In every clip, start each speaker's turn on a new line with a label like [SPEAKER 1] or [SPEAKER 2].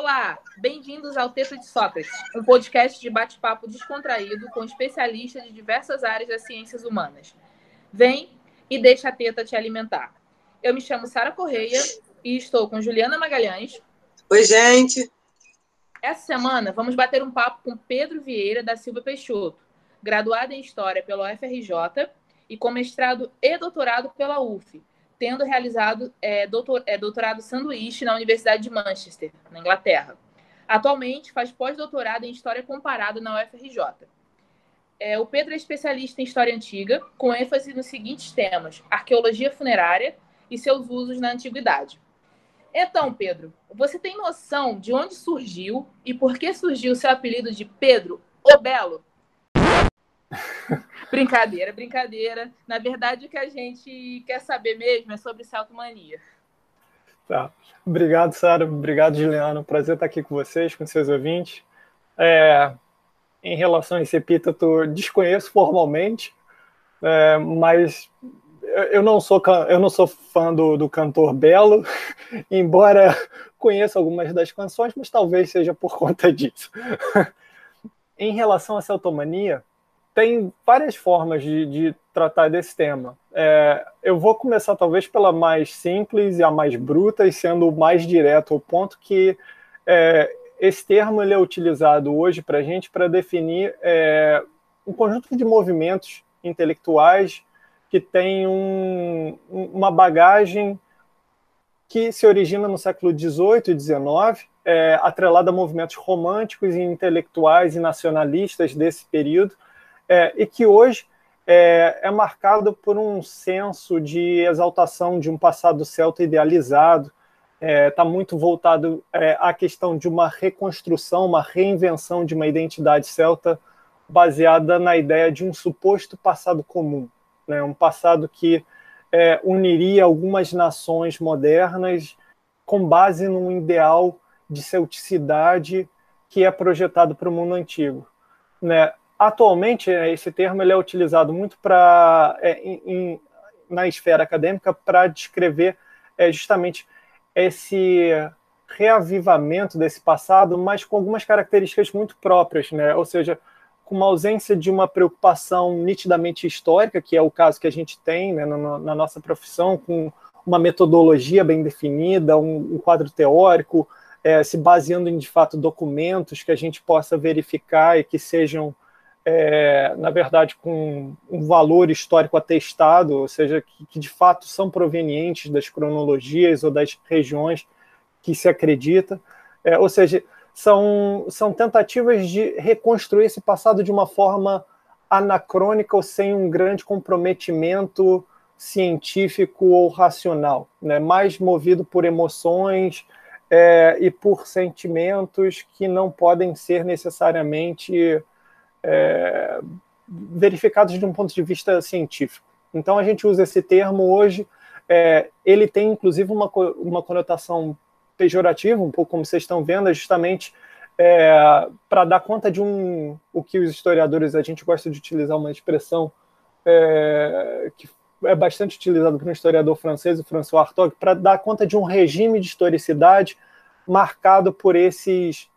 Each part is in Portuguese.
[SPEAKER 1] Olá, bem-vindos ao Teto de Sócrates, um podcast de bate-papo descontraído com especialistas de diversas áreas das ciências humanas. Vem e deixa a teta te alimentar. Eu me chamo Sara Correia e estou com Juliana Magalhães.
[SPEAKER 2] Oi, gente!
[SPEAKER 1] Essa semana vamos bater um papo com Pedro Vieira da Silva Peixoto, graduado em História pela UFRJ e com mestrado e doutorado pela UF, tendo realizado doutorado sanduíche na Universidade de Manchester, na Inglaterra. Atualmente faz pós-doutorado em História Comparada na UFRJ. O Pedro é especialista em História Antiga, com ênfase nos seguintes temas: arqueologia funerária e seus usos na Antiguidade. Então, Pedro, você tem noção de onde surgiu e por que surgiu o seu apelido de Pedro o Belo? Brincadeira, brincadeira. Na verdade, o que a gente quer saber mesmo é sobre celtomania.
[SPEAKER 3] Tá. Obrigado, Sara. Obrigado, Juliano. Prazer estar aqui com vocês, com seus ouvintes. Em relação a esse epíteto, desconheço formalmente, mas eu não sou fã do cantor Belo, embora conheça algumas das canções, mas talvez seja por conta disso. Em relação à celtomania, tem várias formas de tratar desse tema. Eu vou começar talvez pela mais simples e a mais bruta, e sendo o mais direto ao ponto que esse termo ele é utilizado hoje para a gente para definir um conjunto de movimentos intelectuais que tem uma bagagem que se origina no século XVIII e XIX, atrelada a movimentos românticos e intelectuais e nacionalistas desse período, e que hoje é marcado por um senso de exaltação de um passado celta idealizado, está muito voltado à questão de uma reconstrução, uma reinvenção de uma identidade celta baseada na ideia de um suposto passado comum, né? Um passado que uniria algumas nações modernas com base num ideal de celticidade que é projetado para o mundo antigo, né? Atualmente, esse termo ele é utilizado muito na esfera acadêmica para descrever justamente esse reavivamento desse passado, mas com algumas características muito próprias, né? Ou seja, com uma ausência de uma preocupação nitidamente histórica, que é o caso que a gente tem, né, na nossa profissão, com uma metodologia bem definida, um quadro teórico, se baseando em, de fato, documentos que a gente possa verificar e que sejam na verdade, com um valor histórico atestado, ou seja, que de fato são provenientes das cronologias ou das regiões que se acredita. Ou seja, são tentativas de reconstruir esse passado de uma forma anacrônica ou sem um grande comprometimento científico ou racional, né? Mais movido por emoções e por sentimentos que não podem ser necessariamente verificados de um ponto de vista científico. Então a gente usa esse termo hoje, ele tem inclusive uma conotação pejorativa, um pouco como vocês estão vendo, justamente para dar conta de o que os historiadores, a gente gosta de utilizar uma expressão que é bastante utilizada por um historiador francês, o François Hartog, para dar conta de um regime de historicidade marcado por essa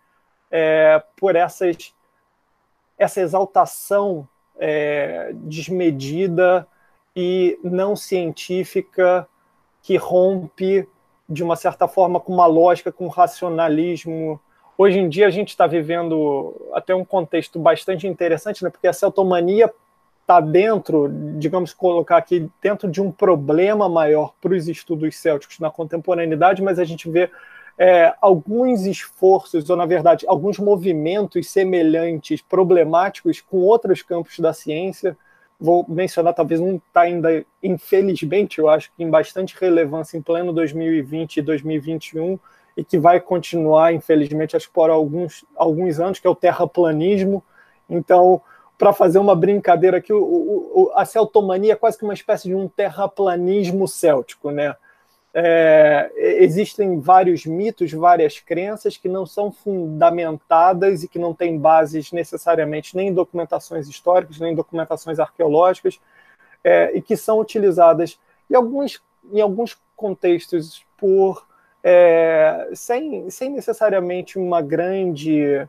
[SPEAKER 3] exaltação desmedida e não científica que rompe, de uma certa forma, com uma lógica, com um racionalismo. Hoje em dia a gente está vivendo até um contexto bastante interessante, né? Porque a celtomania está dentro, digamos, colocar aqui, dentro de um problema maior para os estudos célticos na contemporaneidade, mas a gente vê alguns esforços, ou na verdade, alguns movimentos semelhantes, problemáticos com outros campos da ciência. Vou mencionar, talvez um está ainda, infelizmente, eu acho que em bastante relevância em pleno 2020 e 2021, e que vai continuar, infelizmente, acho que por alguns anos, que é o terraplanismo. Então, para fazer uma brincadeira aqui, a celtomania é quase que uma espécie de um terraplanismo céltico, né? Existem vários mitos, várias crenças que não são fundamentadas e que não têm bases necessariamente nem em documentações históricas, nem em documentações arqueológicas, e que são utilizadas em alguns contextos por sem necessariamente uma grande,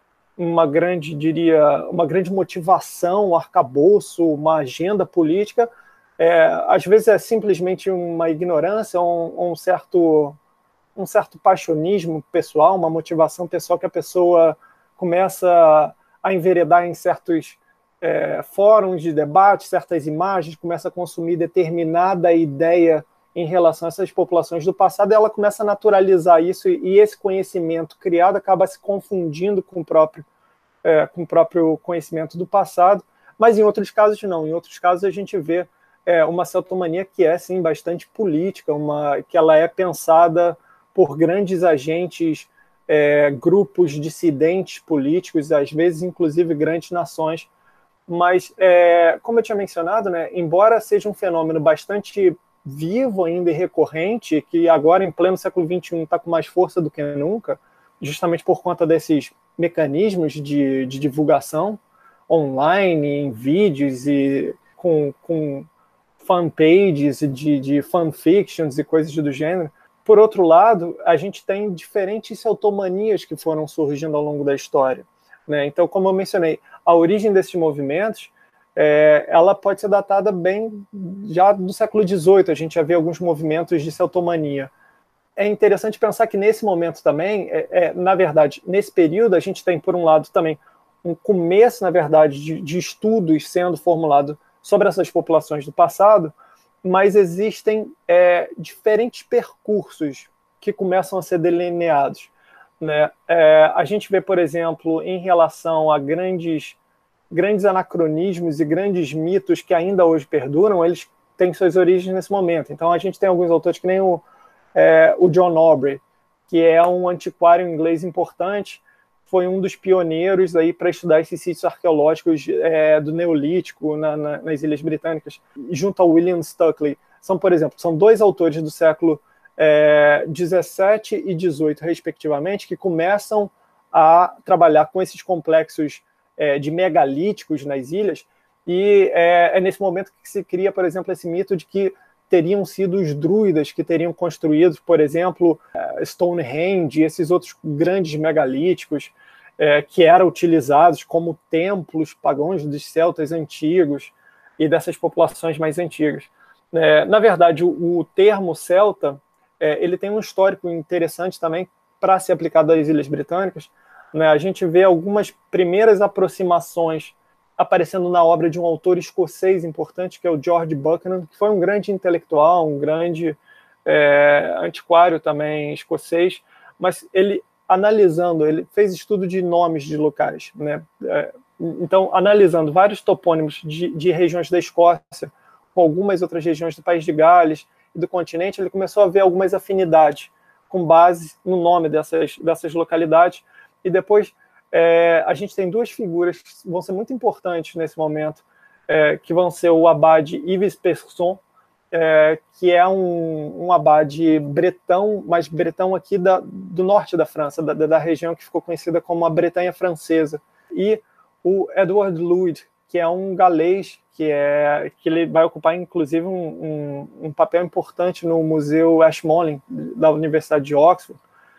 [SPEAKER 3] diria, uma grande motivação, um arcabouço, uma agenda política. Às vezes é simplesmente uma ignorância, um certo passionismo pessoal, uma motivação pessoal que a pessoa começa a enveredar em certos fóruns de debate, certas imagens, começa a consumir determinada ideia em relação a essas populações do passado, e ela começa a naturalizar isso, e esse conhecimento criado acaba se confundindo com o próprio conhecimento do passado, mas em outros casos não. Em outros casos a gente vê uma celtomania que é, sim, bastante política, que ela é pensada por grandes agentes, grupos dissidentes políticos, às vezes inclusive grandes nações. Mas, como eu tinha mencionado, né, embora seja um fenômeno bastante vivo ainda e recorrente, que agora, em pleno século XXI, está com mais força do que nunca, justamente por conta desses mecanismos de divulgação online, em vídeos e com fanpages de fanfictions e coisas do gênero. Por outro lado, a gente tem diferentes celtomanias que foram surgindo ao longo da história, né? Então, como eu mencionei, a origem desses movimentos ela pode ser datada bem já do século XVIII. A gente já vê alguns movimentos de celtomania. É interessante pensar que nesse momento também, na verdade, nesse período, a gente tem, por um lado, também um começo, na verdade, de estudos sendo formulado sobre essas populações do passado, mas existem diferentes percursos que começam a ser delineados, né? A gente vê, por exemplo, em relação a grandes anacronismos e grandes mitos que ainda hoje perduram, eles têm suas origens nesse momento. Então a gente tem alguns autores que nem o John Aubrey, que é um antiquário inglês importante, foi um dos pioneiros aí para estudar esses sítios arqueológicos do Neolítico nas Ilhas Britânicas, junto ao William Stuckley. Por exemplo, são dois autores do século XVII e XVIII, respectivamente, que começam a trabalhar com esses complexos de megalíticos nas ilhas, e nesse momento que se cria, por exemplo, esse mito de que teriam sido os druidas que teriam construído, por exemplo, Stonehenge e esses outros grandes megalíticos que eram utilizados como templos pagãos dos celtas antigos e dessas populações mais antigas. Na verdade, o termo celta ele tem um histórico interessante também para ser aplicado às Ilhas Britânicas, né? A gente vê algumas primeiras aproximações aparecendo na obra de um autor escocês importante, que é o George Buchanan, que foi um grande intelectual, um grande antiquário também escocês, mas ele fez estudo de nomes de locais, né? Então, analisando vários topônimos de regiões da Escócia, com algumas outras regiões do país de Gales e do continente, ele começou a ver algumas afinidades com base no nome dessas localidades. E depois a gente tem duas figuras que vão ser muito importantes nesse momento, que vão ser o abade Yves Persson, que é um abade bretão, mas bretão aqui do norte da França, da região que ficou conhecida como a Bretanha Francesa, e o Edward Louis, que é um galês, que ele vai ocupar, inclusive, um papel importante no Museu Ashmolean, da Universidade de Oxford.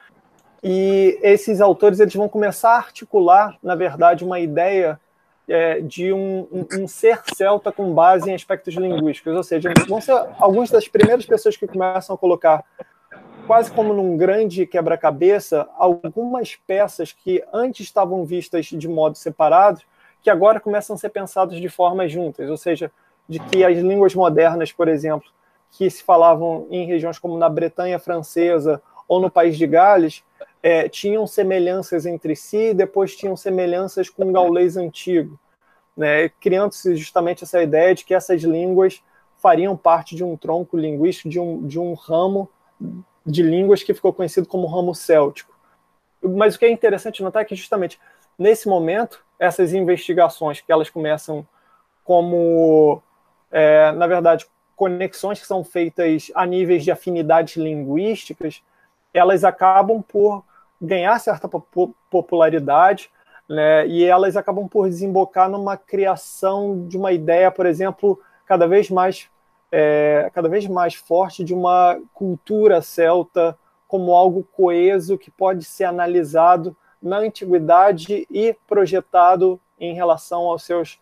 [SPEAKER 3] E esses autores eles vão começar a articular, na verdade, uma ideia de um ser celta com base em aspectos linguísticos, ou seja, vão ser algumas das primeiras pessoas que começam a colocar, quase como num grande quebra-cabeça, algumas peças que antes estavam vistas de modo separado, que agora começam a ser pensadas de formas juntas, ou seja, de que as línguas modernas, por exemplo, que se falavam em regiões como na Bretanha Francesa ou no país de Gales, tinham semelhanças entre si, e depois tinham semelhanças com o gaulês antigo, né, criando-se justamente essa ideia de que essas línguas fariam parte de um tronco linguístico, de um ramo de línguas que ficou conhecido como ramo céltico. Mas o que é interessante notar é que justamente nesse momento, essas investigações que elas começam como, na verdade, conexões que são feitas a níveis de afinidades linguísticas, elas acabam por ganhar certa popularidade, né, e elas acabam por desembocar numa criação de uma ideia, por exemplo, cada vez mais forte de uma cultura celta como algo coeso que pode ser analisado na antiguidade e projetado em relação aos seus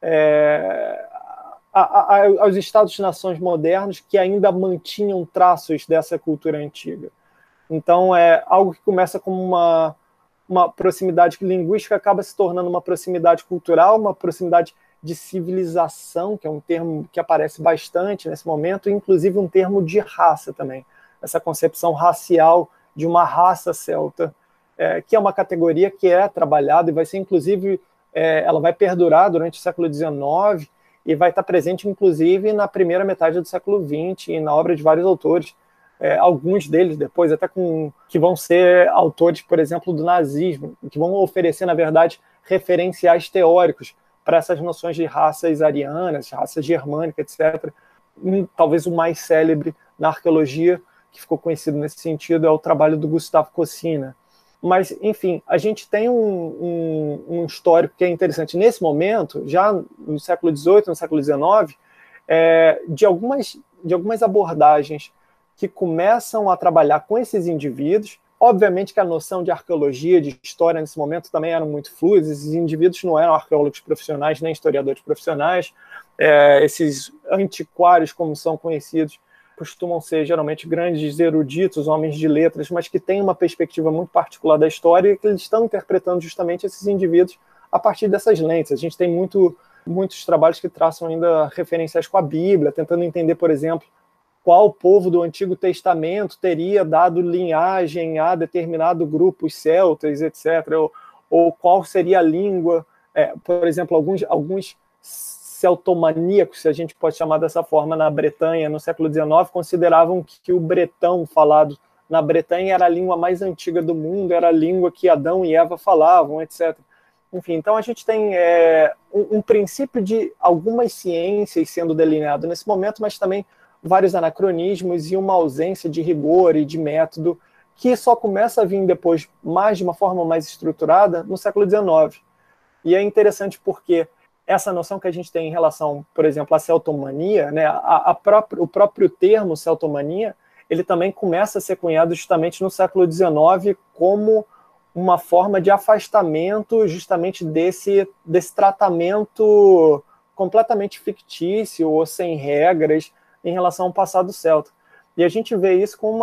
[SPEAKER 3] aos estados-nações modernos que ainda mantinham traços dessa cultura antiga. Então, é algo que começa como uma proximidade linguística, acaba se tornando uma proximidade cultural, uma proximidade de civilização, que é um termo que aparece bastante nesse momento, e inclusive um termo de raça também, essa concepção racial de uma raça celta, que é uma categoria que é trabalhada e vai ser, inclusive, ela vai perdurar durante o século XIX e vai estar presente, inclusive, na primeira metade do século XX e na obra de vários autores, alguns deles depois até que vão ser autores, por exemplo, do nazismo, que vão oferecer, na verdade, referenciais teóricos para essas noções de raças arianas, raças germânicas, etc. Talvez o mais célebre na arqueologia, que ficou conhecido nesse sentido, é o trabalho do Gustavo Cossina. Mas, enfim, a gente tem um histórico que é interessante. Nesse momento, já no século XVIII, no século XIX, de algumas abordagens que começam a trabalhar com esses indivíduos. Obviamente que a noção de arqueologia, de história, nesse momento também eram muito fluidas. Esses indivíduos não eram arqueólogos profissionais, nem historiadores profissionais. Esses antiquários, como são conhecidos, costumam ser geralmente grandes eruditos, homens de letras, mas que têm uma perspectiva muito particular da história e que eles estão interpretando justamente esses indivíduos a partir dessas lentes. A gente tem muitos trabalhos que traçam ainda referenciais com a Bíblia, tentando entender, por exemplo, qual povo do Antigo Testamento teria dado linhagem a determinado grupo, os celtas, etc., ou qual seria a língua, por exemplo, alguns celtomaníacos, se a gente pode chamar dessa forma, na Bretanha, no século XIX, consideravam que o bretão falado na Bretanha era a língua mais antiga do mundo, era a língua que Adão e Eva falavam, etc. Enfim, então a gente tem um princípio de algumas ciências sendo delineado nesse momento, mas também vários anacronismos e uma ausência de rigor e de método que só começa a vir depois, de uma forma mais estruturada, no século XIX. E é interessante porque essa noção que a gente tem em relação, por exemplo, à celtomania, né, o próprio termo celtomania, ele também começa a ser cunhado justamente no século XIX como uma forma de afastamento justamente desse tratamento completamente fictício ou sem regras em relação ao passado celta. E a gente vê isso com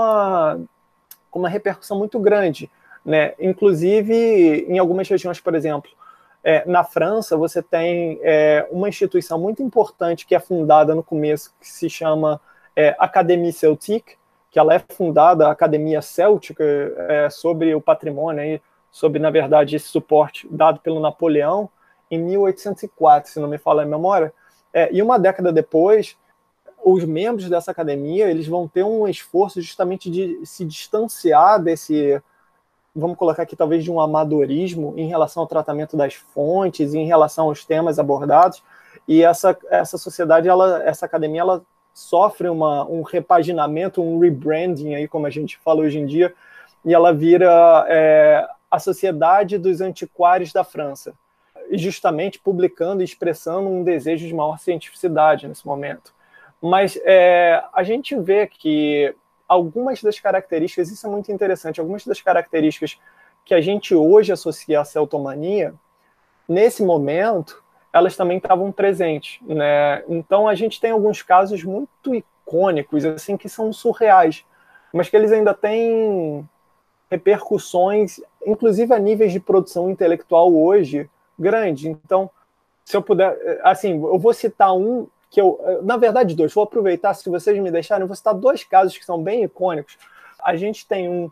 [SPEAKER 3] uma repercussão muito grande, né? Inclusive em algumas regiões, por exemplo, na França, você tem uma instituição muito importante que é fundada no começo, que se chama Académie Celtique, que ela é fundada, a Academia Céltica, sobre o patrimônio, aí, sobre, na verdade, esse suporte dado pelo Napoleão, em 1804, se não me falha a memória. E uma década depois, os membros dessa academia eles vão ter um esforço justamente de se distanciar desse, vamos colocar aqui talvez de um amadorismo em relação ao tratamento das fontes, em relação aos temas abordados, e essa sociedade, essa academia, ela sofre um repaginamento, um rebranding, aí, como a gente fala hoje em dia, e ela vira a Sociedade dos Antiquários da França, justamente publicando e expressando um desejo de maior cientificidade nesse momento. Mas a gente vê que algumas das características, isso é muito interessante, algumas das características que a gente hoje associa à celtomania, nesse momento, elas também estavam presentes, né? Então a gente tem alguns casos muito icônicos, assim, que são surreais, mas que eles ainda têm repercussões, inclusive a níveis de produção intelectual hoje, grande. Então, se eu puder, assim, eu vou citar um que na verdade, dois, vou aproveitar, se vocês me deixarem, eu vou citar dois casos que são bem icônicos. A gente tem um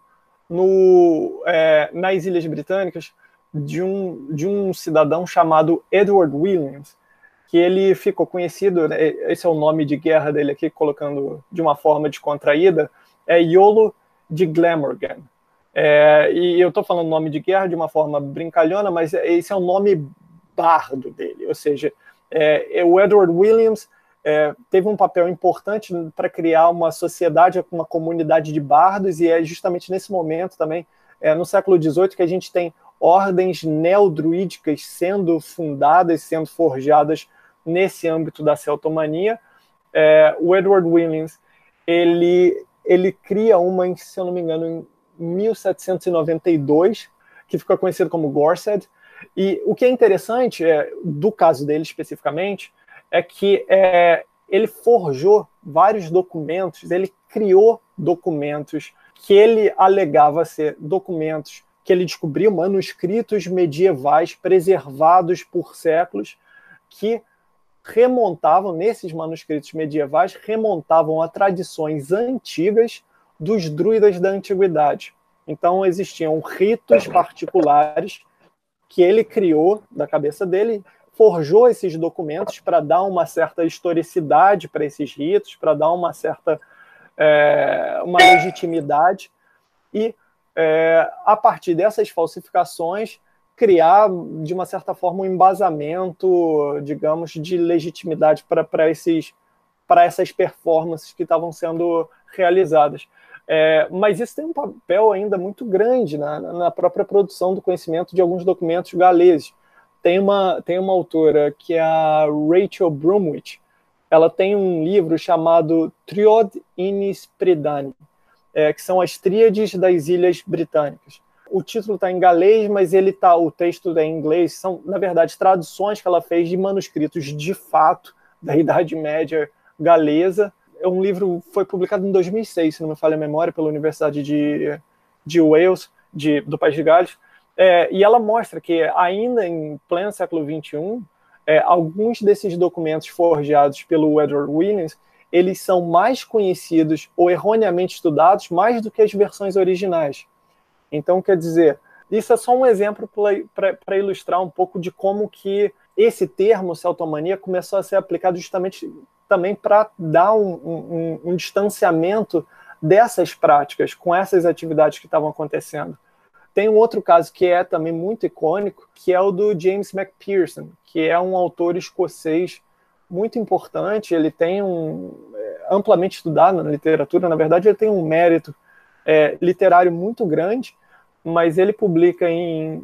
[SPEAKER 3] nas Ilhas Britânicas, de um cidadão chamado Edward Williams, que ele ficou conhecido, né, esse é o nome de guerra dele aqui, colocando de uma forma descontraída, Iolo de Glamorgan. E eu estou falando nome de guerra de uma forma brincalhona, mas esse é o nome bardo dele, ou seja, o Edward Williams teve um papel importante para criar uma sociedade, uma comunidade de bardos, e é justamente nesse momento também, no século XVIII, que a gente tem ordens neodruídicas sendo fundadas, sendo forjadas nesse âmbito da celtomania. O Edward Williams, ele ele cria uma, se eu não me engano, em 1792, que ficou conhecido como Gorsedd. E o que é interessante, do caso dele especificamente, é que ele forjou vários documentos, ele criou documentos que ele alegava ser documentos que ele descobriu, manuscritos medievais preservados por séculos, que remontavam, nesses manuscritos medievais, remontavam a tradições antigas dos druidas da antiguidade. Então existiam ritos particulares que ele criou da cabeça dele, forjou esses documentos para dar uma certa historicidade para esses ritos, para dar uma certa uma legitimidade, e a partir dessas falsificações criar, de uma certa forma, um embasamento, digamos, de legitimidade para essas performances que estavam sendo realizadas. Mas isso tem um papel ainda muito grande na própria produção do conhecimento de alguns documentos galeses. Tem uma autora, que é a Rachel Bromwich. Ela tem um livro chamado Triod Inis Pridani, que são as tríades das Ilhas Britânicas. O título está em galês, mas o texto é em inglês. São, na verdade, traduções que ela fez de manuscritos de fato da Idade Média galesa. É um livro que foi publicado em 2006, se não me falha a memória, pela Universidade de Wales, do País de Gales. E ela mostra que, ainda em pleno século XXI, alguns desses documentos forjados pelo Edward Williams, eles são mais conhecidos ou erroneamente estudados mais do que as versões originais. Então, quer dizer, isso é só um exemplo para ilustrar um pouco de como que esse termo celtomania começou a ser aplicado justamente também para dar um distanciamento dessas práticas com essas atividades que estavam acontecendo. Tem um outro caso que é também muito icônico, que é o do James Macpherson, que é um autor escocês muito importante. Ele tem amplamente estudado na literatura. Na verdade, ele tem um mérito literário muito grande, mas ele publica em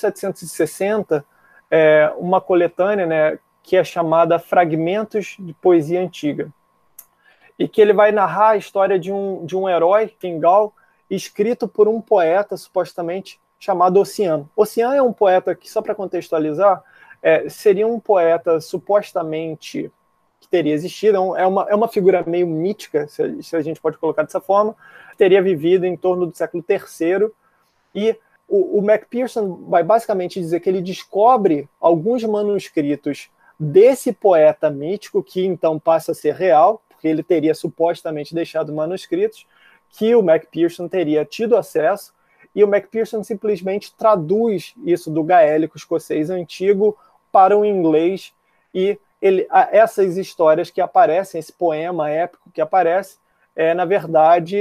[SPEAKER 3] 1760 uma coletânea, né, que é chamada Fragmentos de Poesia Antiga, e que ele vai narrar a história de um herói, Fingal, escrito por um poeta supostamente chamado Ossian. Ossian é um poeta que, só para contextualizar, seria um poeta supostamente que teria existido, é uma figura meio mítica, se a gente pode colocar dessa forma, teria vivido em torno do século III, e o Macpherson vai basicamente dizer que ele descobre alguns manuscritos desse poeta mítico, que então passa a ser real, porque ele teria supostamente deixado manuscritos, que o Macpherson teria tido acesso, e o Macpherson simplesmente traduz isso do gaélico escocês antigo para o inglês, e essas histórias que aparecem, esse poema épico que aparece, na verdade,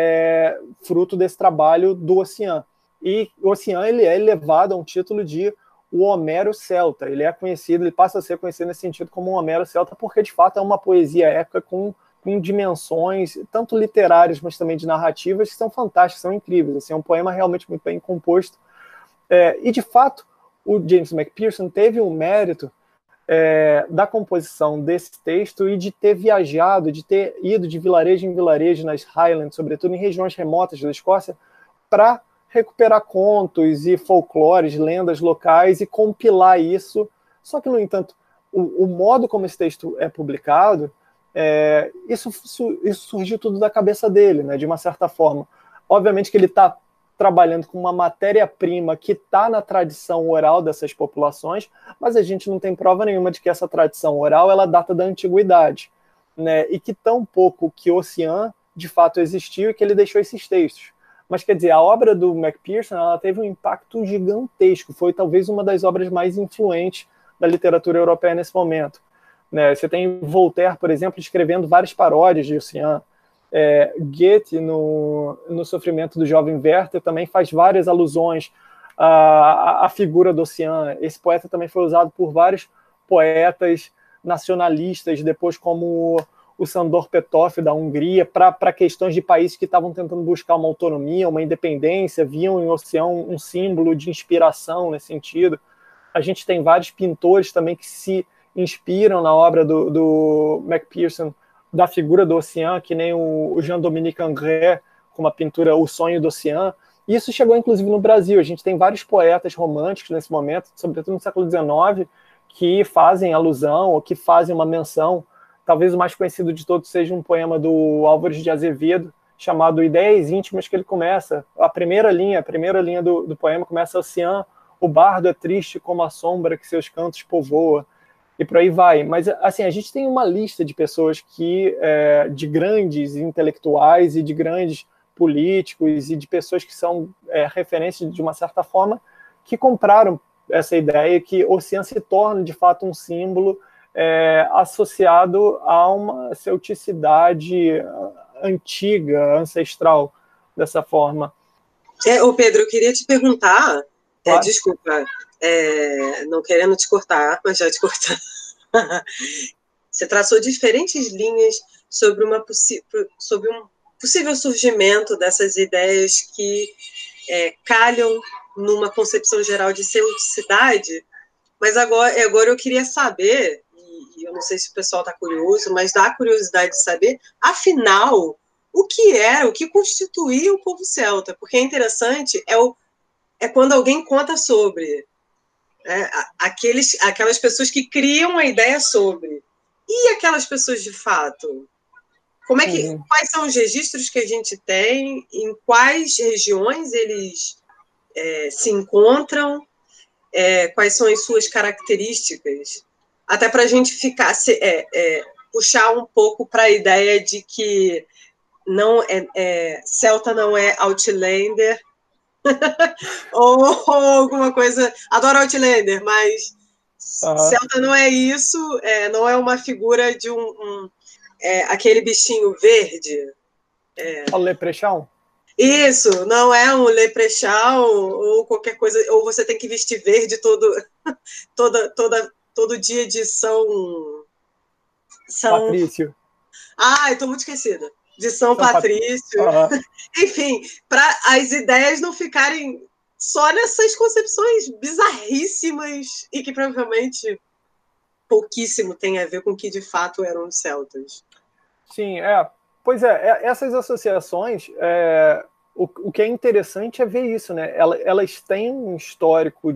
[SPEAKER 3] fruto desse trabalho do Ossian. E o Ossian, ele é elevado a um título de o Homero Celta. Ele passa a ser conhecido nesse sentido como um Homero Celta, porque de fato é uma poesia épica com dimensões, tanto literárias, mas também de narrativas, que são fantásticas, são incríveis. Assim, é um poema realmente muito bem composto. E de fato, o James Macpherson teve o mérito da composição desse texto e de ter viajado, de ter ido de vilarejo em vilarejo nas Highlands, sobretudo em regiões remotas da Escócia, para recuperar contos e folclores, lendas locais e compilar isso. Só que, no entanto, o modo como esse texto é publicado, isso surgiu tudo da cabeça dele, né, de uma certa forma. Obviamente que ele está trabalhando com uma matéria-prima que está na tradição oral dessas populações, mas a gente não tem prova nenhuma de que essa tradição oral ela data da antiguidade, né, e que tão pouco que Ossian de fato existiu e que ele deixou esses textos. Mas, quer dizer, a obra do Macpherson ela teve um impacto gigantesco, foi talvez uma das obras mais influentes da literatura europeia nesse momento. Né? Você tem Voltaire, por exemplo, escrevendo várias paródias de Ossian. Goethe, no Sofrimento do Jovem Werther, também faz várias alusões à figura do Ossian. Esse poeta também foi usado por vários poetas nacionalistas, depois como o Sándor Petőfi da Hungria, para questões de países que estavam tentando buscar uma autonomia, uma independência, viam em Ossian um símbolo de inspiração nesse sentido. A gente tem vários pintores também que se inspiram na obra do Macpherson da figura do Ossian, que nem o Jean-Dominique Ingres, com uma pintura O Sonho do Ossian. Isso chegou, inclusive, no Brasil. A gente tem vários poetas românticos nesse momento, sobretudo no século XIX, que fazem alusão ou que fazem uma menção. Talvez o mais conhecido de todos seja um poema do Álvares de Azevedo, chamado Ideias Íntimas, que ele começa. A primeira linha do poema começa: Ossian, o bardo é triste como a sombra que seus cantos povoa. E por aí vai. Mas, assim, a gente tem uma lista de pessoas de grandes intelectuais e de grandes políticos e de pessoas que são referências, de uma certa forma, que compraram essa ideia que Ossian se torna, de fato, um símbolo associado a uma celticidade antiga, ancestral, dessa forma.
[SPEAKER 2] Ô Pedro, eu queria te perguntar,
[SPEAKER 3] Claro.
[SPEAKER 2] Desculpa, não querendo te cortar, mas já te cortando. Você traçou diferentes linhas sobre um possível surgimento dessas ideias que calham numa concepção geral de celticidade, mas agora eu queria saber, e eu não sei se o pessoal está curioso, mas dá curiosidade de saber, afinal, o que constituía o povo celta, porque é interessante, é quando alguém conta sobre aquelas pessoas que criam a ideia sobre. E aquelas pessoas de fato? Quais são os registros que a gente tem? Em quais regiões eles se encontram? Quais são as suas características? Até para a gente puxar um pouco para a ideia de que Celta não é Outlander, ou alguma coisa. Adoro Outlander, mas Celta não é isso, não é uma figura de aquele bichinho verde.
[SPEAKER 3] O Leprechaun?
[SPEAKER 2] Isso, não é um Leprechaun ou qualquer coisa, ou você tem que vestir verde todo dia de São
[SPEAKER 3] Patrício.
[SPEAKER 2] Estou muito esquecida. De São Patrício. Enfim, para as ideias não ficarem só nessas concepções bizarríssimas e que provavelmente pouquíssimo tem a ver com o que de fato eram os celtas.
[SPEAKER 3] Sim, pois essas associações, o que é interessante é ver isso, né? Elas têm um histórico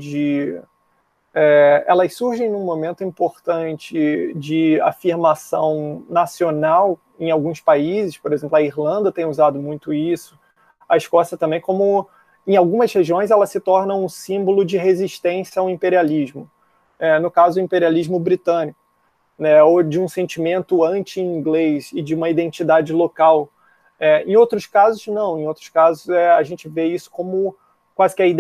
[SPEAKER 3] elas surgem num momento importante de afirmação nacional em alguns países, por exemplo, a Irlanda tem usado muito isso, a Escócia também, como em algumas regiões ela se torna um símbolo de resistência ao imperialismo, no caso o imperialismo britânico, né, ou de um sentimento anti-inglês e de uma identidade local. Em outros casos, não, em outros casos a gente vê isso como quase que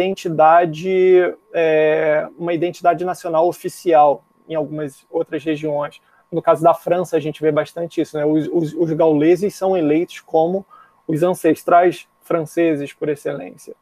[SPEAKER 3] uma identidade nacional oficial em algumas outras regiões. No caso da França, a gente vê bastante isso, né? Os gauleses são eleitos como os ancestrais franceses por excelência.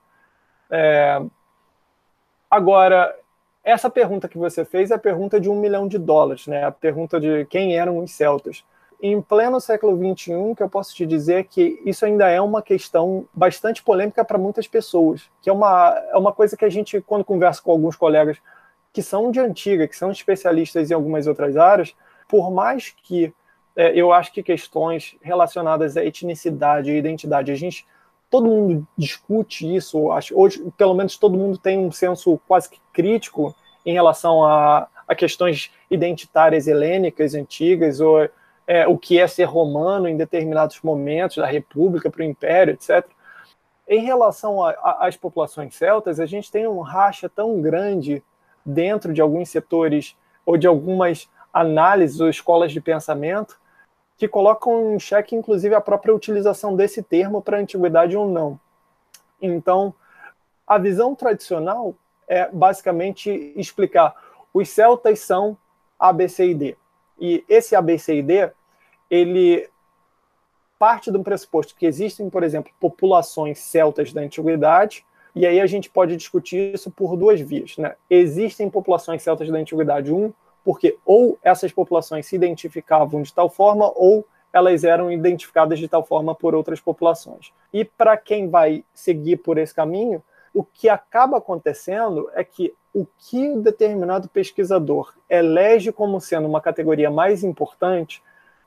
[SPEAKER 3] Agora, essa pergunta que você fez é a pergunta de $1 milhão, né? A pergunta de quem eram os celtas. Em pleno século XXI, o que eu posso te dizer é que isso ainda é uma questão bastante polêmica para muitas pessoas, que é uma coisa que a gente, quando conversa com alguns colegas que são de antiga, que são especialistas em algumas outras áreas, por mais que eu acho que questões relacionadas à etnicidade e identidade, todo mundo discute isso, hoje pelo menos todo mundo tem um senso quase que crítico em relação a questões identitárias helênicas antigas, ou o que é ser romano em determinados momentos da República para o Império, etc. Em relação às populações celtas, a gente tem um racha tão grande dentro de alguns setores ou de algumas análises ou escolas de pensamento que colocam em xeque, inclusive, a própria utilização desse termo para a antiguidade ou não. Então, a visão tradicional é basicamente explicar os celtas são A, B, C e D. E esse A, B, C e D, ele parte do pressuposto que existem, por exemplo, populações celtas da antiguidade, e aí a gente pode discutir isso por duas vias, né? Existem populações celtas da antiguidade, porque ou essas populações se identificavam de tal forma, ou elas eram identificadas de tal forma por outras populações. E para quem vai seguir por esse caminho, o que acaba acontecendo é que o que um determinado pesquisador elege como sendo uma categoria mais importante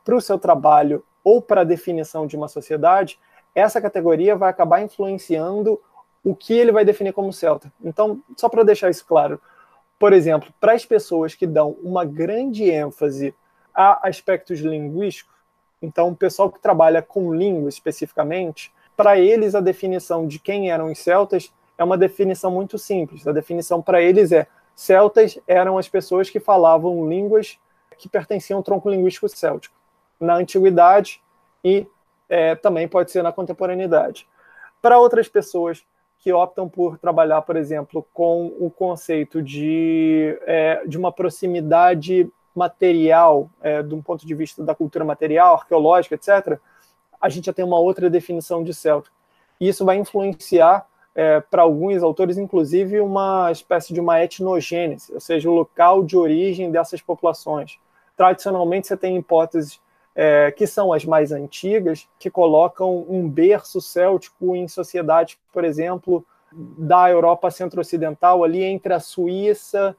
[SPEAKER 3] para o seu trabalho ou para a definição de uma sociedade, essa categoria vai acabar influenciando o que ele vai definir como celta. Então, só para deixar isso claro, por exemplo, para as pessoas que dão uma grande ênfase a aspectos linguísticos, então o pessoal que trabalha com língua especificamente, para eles a definição de quem eram os celtas é uma definição muito simples. A definição para eles é: celtas eram as pessoas que falavam línguas que pertenciam ao tronco linguístico céltico, na antiguidade e também pode ser na contemporaneidade. Para outras pessoas que optam por trabalhar, por exemplo, com o conceito de uma proximidade material, de um ponto de vista da cultura material, arqueológica, etc., a gente já tem uma outra definição de céltico. E isso vai influenciar, para alguns autores, inclusive, uma espécie de uma etnogênese, ou seja, o local de origem dessas populações. Tradicionalmente, você tem hipóteses que são as mais antigas, que colocam um berço céltico em sociedades, por exemplo, da Europa centro-ocidental, ali entre a Suíça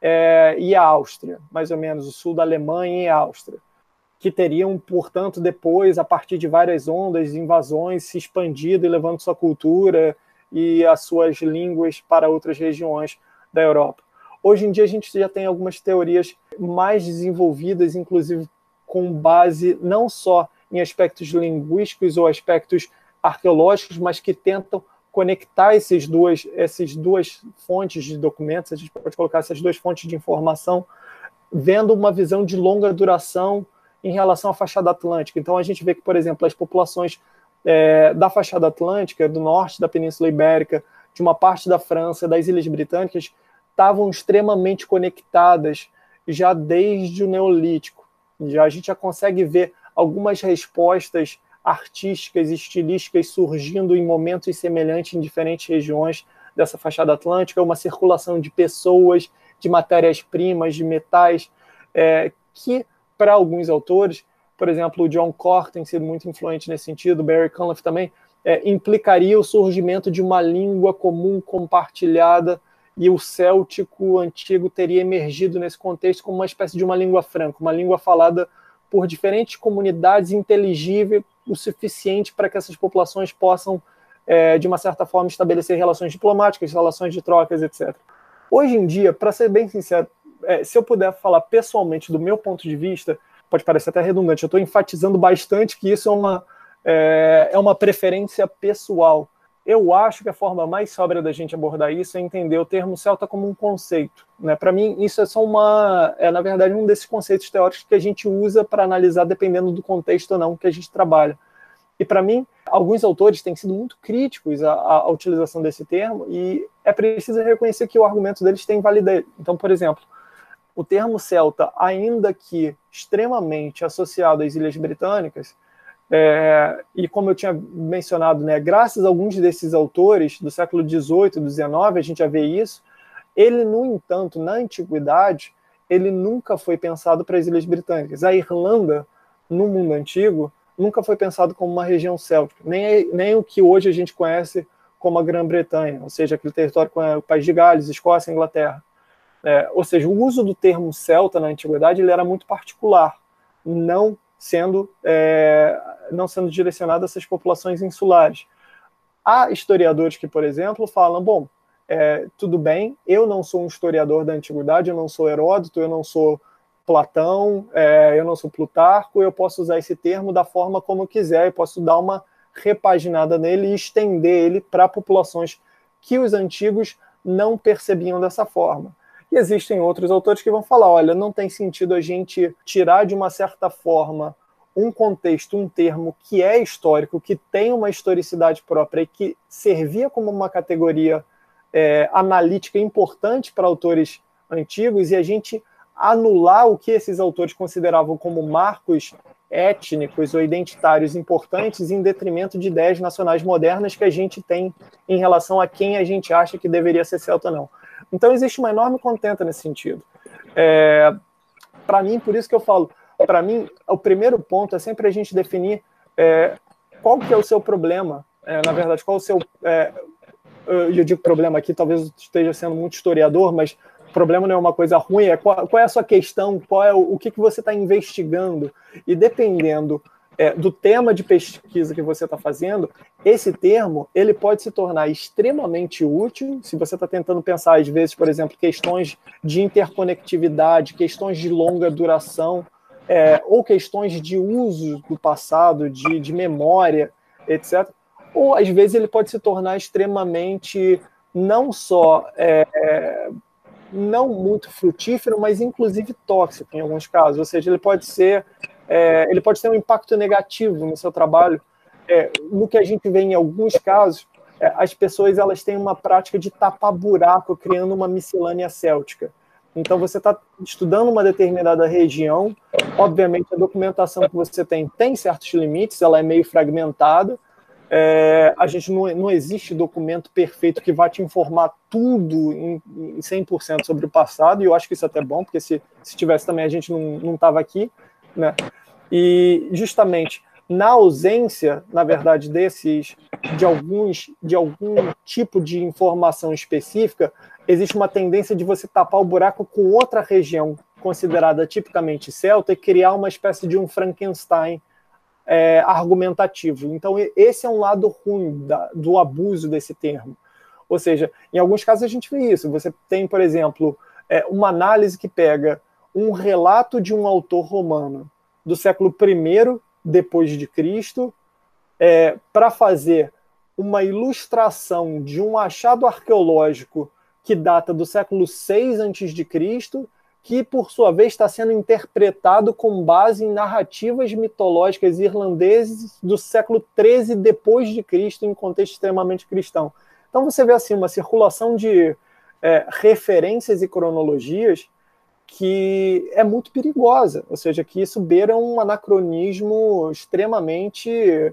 [SPEAKER 3] e a Áustria, mais ou menos, o sul da Alemanha e a Áustria, que teriam, portanto, depois, a partir de várias ondas, invasões, se expandido e levando sua cultura e as suas línguas para outras regiões da Europa. Hoje em dia, a gente já tem algumas teorias mais desenvolvidas, inclusive com base não só em aspectos linguísticos ou aspectos arqueológicos, mas que tentam conectar essas duas fontes de documentos, a gente pode colocar essas duas fontes de informação, vendo uma visão de longa duração em relação à fachada atlântica. Então, a gente vê que, por exemplo, as populações da fachada atlântica, do norte da Península Ibérica, de uma parte da França, das Ilhas Britânicas, estavam extremamente conectadas já desde o Neolítico. A gente já consegue ver algumas respostas artísticas e estilísticas surgindo em momentos semelhantes em diferentes regiões dessa fachada atlântica, uma circulação de pessoas, de matérias-primas, de metais, que, para alguns autores, por exemplo, o John Corr tem sido muito influente nesse sentido, Barry Cunliffe também, implicaria o surgimento de uma língua comum compartilhada, e o céltico antigo teria emergido nesse contexto como uma espécie de uma língua franca, uma língua falada por diferentes comunidades, inteligível o suficiente para que essas populações possam, de uma certa forma, estabelecer relações diplomáticas, relações de trocas, etc. Hoje em dia, para ser bem sincero, se eu puder falar pessoalmente do meu ponto de vista, pode parecer até redundante, eu estou enfatizando bastante que isso é uma preferência pessoal. Eu acho que a forma mais sóbria da gente abordar isso é entender o termo celta como um conceito, né? Para mim, isso é só na verdade, um desses conceitos teóricos que a gente usa para analisar dependendo do contexto ou não que a gente trabalha. E, para mim, alguns autores têm sido muito críticos à utilização desse termo e é preciso reconhecer que o argumento deles tem validez. Então, por exemplo, o termo celta, ainda que extremamente associado às Ilhas Britânicas, e como eu tinha mencionado, né, graças a alguns desses autores do século XVIII, do XIX, a gente já vê isso, ele, no entanto, na antiguidade, ele nunca foi pensado para as Ilhas Britânicas. A Irlanda, no mundo antigo, nunca foi pensado como uma região céltica, nem o que hoje a gente conhece como a Grã-Bretanha, ou seja, aquele território com o País de Gales, Escócia e Inglaterra. Ou seja, o uso do termo celta na antiguidade ele era muito particular, não sendo direcionado a essas populações insulares. Há historiadores que, por exemplo, falam, bom, tudo bem, eu não sou um historiador da antiguidade, eu não sou Heródoto, eu não sou Platão, eu não sou Plutarco, eu posso usar esse termo da forma como eu quiser, eu posso dar uma repaginada nele e estender ele para populações que os antigos não percebiam dessa forma. E existem outros autores que vão falar, olha, não tem sentido a gente tirar de uma certa forma um contexto, um termo que é histórico, que tem uma historicidade própria e que servia como uma categoria analítica importante para autores antigos e a gente anular o que esses autores consideravam como marcos étnicos ou identitários importantes em detrimento de ideias nacionais modernas que a gente tem em relação a quem a gente acha que deveria ser celta ou não. Então existe uma enorme contenta nesse sentido. Para mim, por isso que eu falo, para mim, o primeiro ponto é sempre a gente definir qual que é o seu problema, na verdade, qual o seu... eu digo problema aqui, talvez eu esteja sendo muito historiador, mas problema não é uma coisa ruim, é qual é a sua questão, qual é o que você está investigando, e dependendo do tema de pesquisa que você está fazendo, esse termo ele pode se tornar extremamente útil se você está tentando pensar, às vezes, por exemplo, questões de interconectividade, questões de longa duração, ou questões de uso do passado, de memória, etc. Ou, às vezes, ele pode se tornar extremamente, não só não muito frutífero, mas inclusive tóxico em alguns casos. Ou seja, ele pode ter um impacto negativo no seu trabalho. No que a gente vê em alguns casos, as pessoas elas têm uma prática de tapar buraco, criando uma miscelânea céltica. Então, você está estudando uma determinada região, obviamente a documentação que você tem certos limites, ela é meio fragmentada, a gente não existe documento perfeito que vá te informar tudo em 100% sobre o passado, e eu acho que isso é até bom, porque se tivesse também a gente não estava aqui, né? E justamente na ausência, na verdade, de algum tipo de informação específica, existe uma tendência de você tapar o buraco com outra região considerada tipicamente celta e criar uma espécie de um Frankenstein argumentativo. Então, esse é um lado ruim do abuso desse termo. Ou seja, em alguns casos a gente vê isso. Você tem, por exemplo, uma análise que pega um relato de um autor romano do século I depois de Cristo para fazer uma ilustração de um achado arqueológico que data do século VI a.C., que, por sua vez, está sendo interpretado com base em narrativas mitológicas irlandesas do século XIII depois de Cristo, em contexto extremamente cristão. Então você vê assim uma circulação de referências e cronologias que é muito perigosa, ou seja, que isso beira um anacronismo extremamente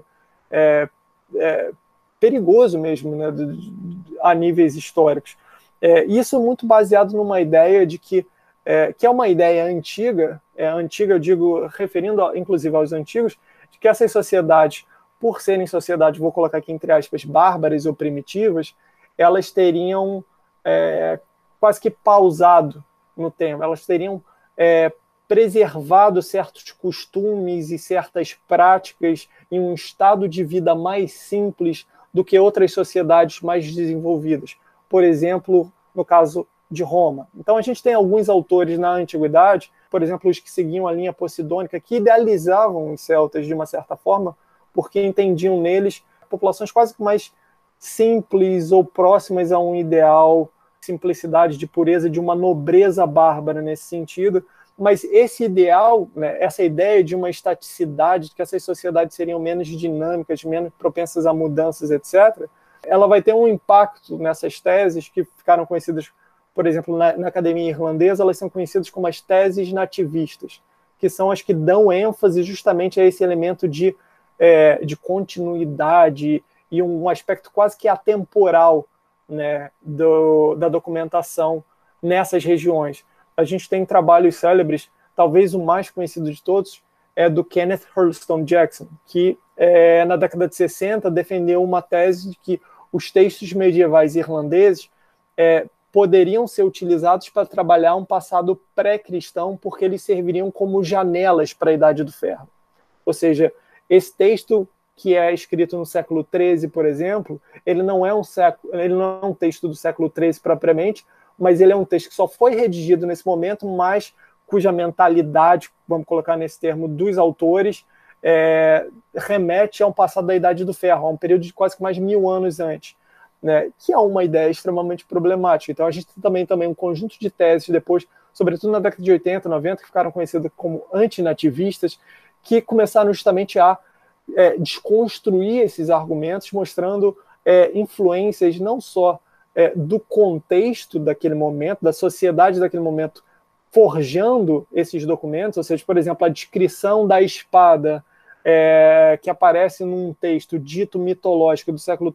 [SPEAKER 3] perigoso mesmo, né, a níveis históricos. Isso muito baseado numa ideia de que é uma ideia antiga, eu digo, referindo inclusive aos antigos, de que essas sociedades, por serem sociedades, vou colocar aqui entre aspas, bárbaras ou primitivas, elas teriam quase que pausado no tempo, elas teriam preservado certos costumes e certas práticas em um estado de vida mais simples do que outras sociedades mais desenvolvidas. Por exemplo, no caso de Roma. Então a gente tem alguns autores na antiguidade, por exemplo, os que seguiam a linha posidônica, que idealizavam os celtas de uma certa forma, porque entendiam neles populações quase que mais simples ou próximas a um ideal, simplicidade, de pureza, de uma nobreza bárbara nesse sentido. Mas esse ideal, né, essa ideia de uma estaticidade, de que essas sociedades seriam menos dinâmicas, menos propensas a mudanças, etc., ela vai ter um impacto nessas teses que ficaram conhecidas, por exemplo, na academia irlandesa, elas são conhecidas como as teses nativistas, que são as que dão ênfase justamente a esse elemento de continuidade e um aspecto quase que atemporal, né, da documentação nessas regiões. A gente tem trabalhos célebres, talvez o mais conhecido de todos é do Kenneth Hurlstone Jackson, que na década de 60 defendeu uma tese de que os textos medievais irlandeses poderiam ser utilizados para trabalhar um passado pré-cristão, porque eles serviriam como janelas para a Idade do Ferro. Ou seja, esse texto que é escrito no século XIII, por exemplo, ele não é um texto do século XIII propriamente, mas ele é um texto que só foi redigido nesse momento, mas cuja mentalidade, vamos colocar nesse termo, dos autores, remete a um passado da Idade do Ferro, a um período de quase que mais de 1000 anos antes, né, que é uma ideia extremamente problemática. Então a gente tem também um conjunto de teses depois, sobretudo na década de 80, 90, que ficaram conhecidas como antinativistas, que começaram justamente a desconstruir esses argumentos, mostrando influências não só do contexto daquele momento, da sociedade daquele momento, forjando esses documentos, ou seja, por exemplo, a descrição da espada que aparece num texto dito mitológico do século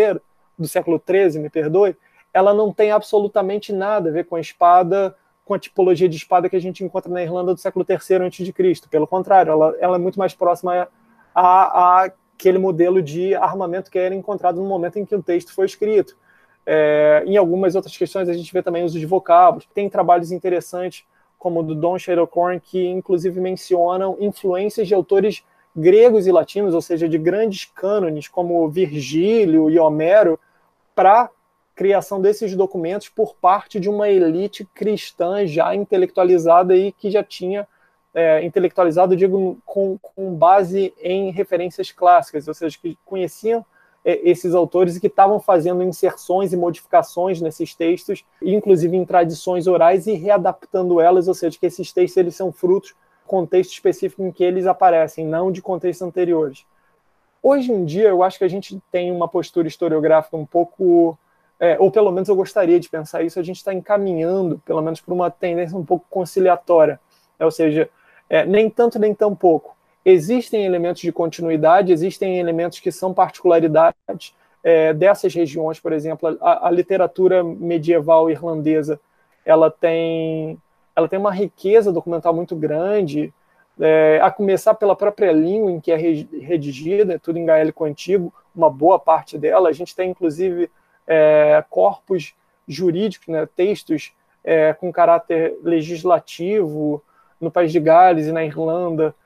[SPEAKER 3] XIII, me perdoe, ela não tem absolutamente nada a ver com a espada, com a tipologia de espada que a gente encontra na Irlanda do século III a.C. Pelo contrário, ela é muito mais próxima a aquele modelo de armamento que era encontrado no momento em que o texto foi escrito. Em algumas outras questões, a gente vê também o uso de vocábulos. Tem trabalhos interessantes, como o do Don Shadowcorn, que inclusive mencionam influências de autores gregos e latinos, ou seja, de grandes cânones, como Virgílio e Homero, para a criação desses documentos por parte de uma elite cristã já intelectualizada e que já tinha intelectualizado, digo, com base em referências clássicas, ou seja, que conheciam esses autores e que estavam fazendo inserções e modificações nesses textos, inclusive em tradições orais, e readaptando elas, ou seja, que esses textos eles são frutos do contexto específico em que eles aparecem, não de contextos anteriores. Hoje em dia, eu acho que a gente tem uma postura historiográfica um pouco, ou pelo menos eu gostaria de pensar isso, a gente está encaminhando, pelo menos, para uma tendência um pouco conciliatória, ou seja, nem tanto nem tão pouco. Existem elementos de continuidade, existem elementos que são particularidades dessas regiões, por exemplo, a literatura medieval irlandesa, ela tem uma riqueza documental muito grande, a começar pela própria língua em que é redigida, tudo em gaélico antigo, uma boa parte dela. A gente tem, inclusive, corpos jurídicos, né, textos com caráter legislativo no País de Gales e na Irlanda,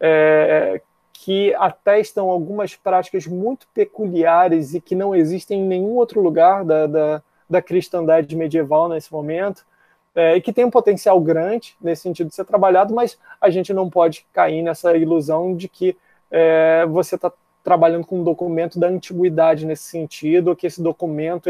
[SPEAKER 3] que atestam algumas práticas muito peculiares e que não existem em nenhum outro lugar da cristandade medieval nesse momento, e que tem um potencial grande nesse sentido de ser trabalhado, mas a gente não pode cair nessa ilusão de que você está trabalhando com um documento da antiguidade nesse sentido, ou que esse documento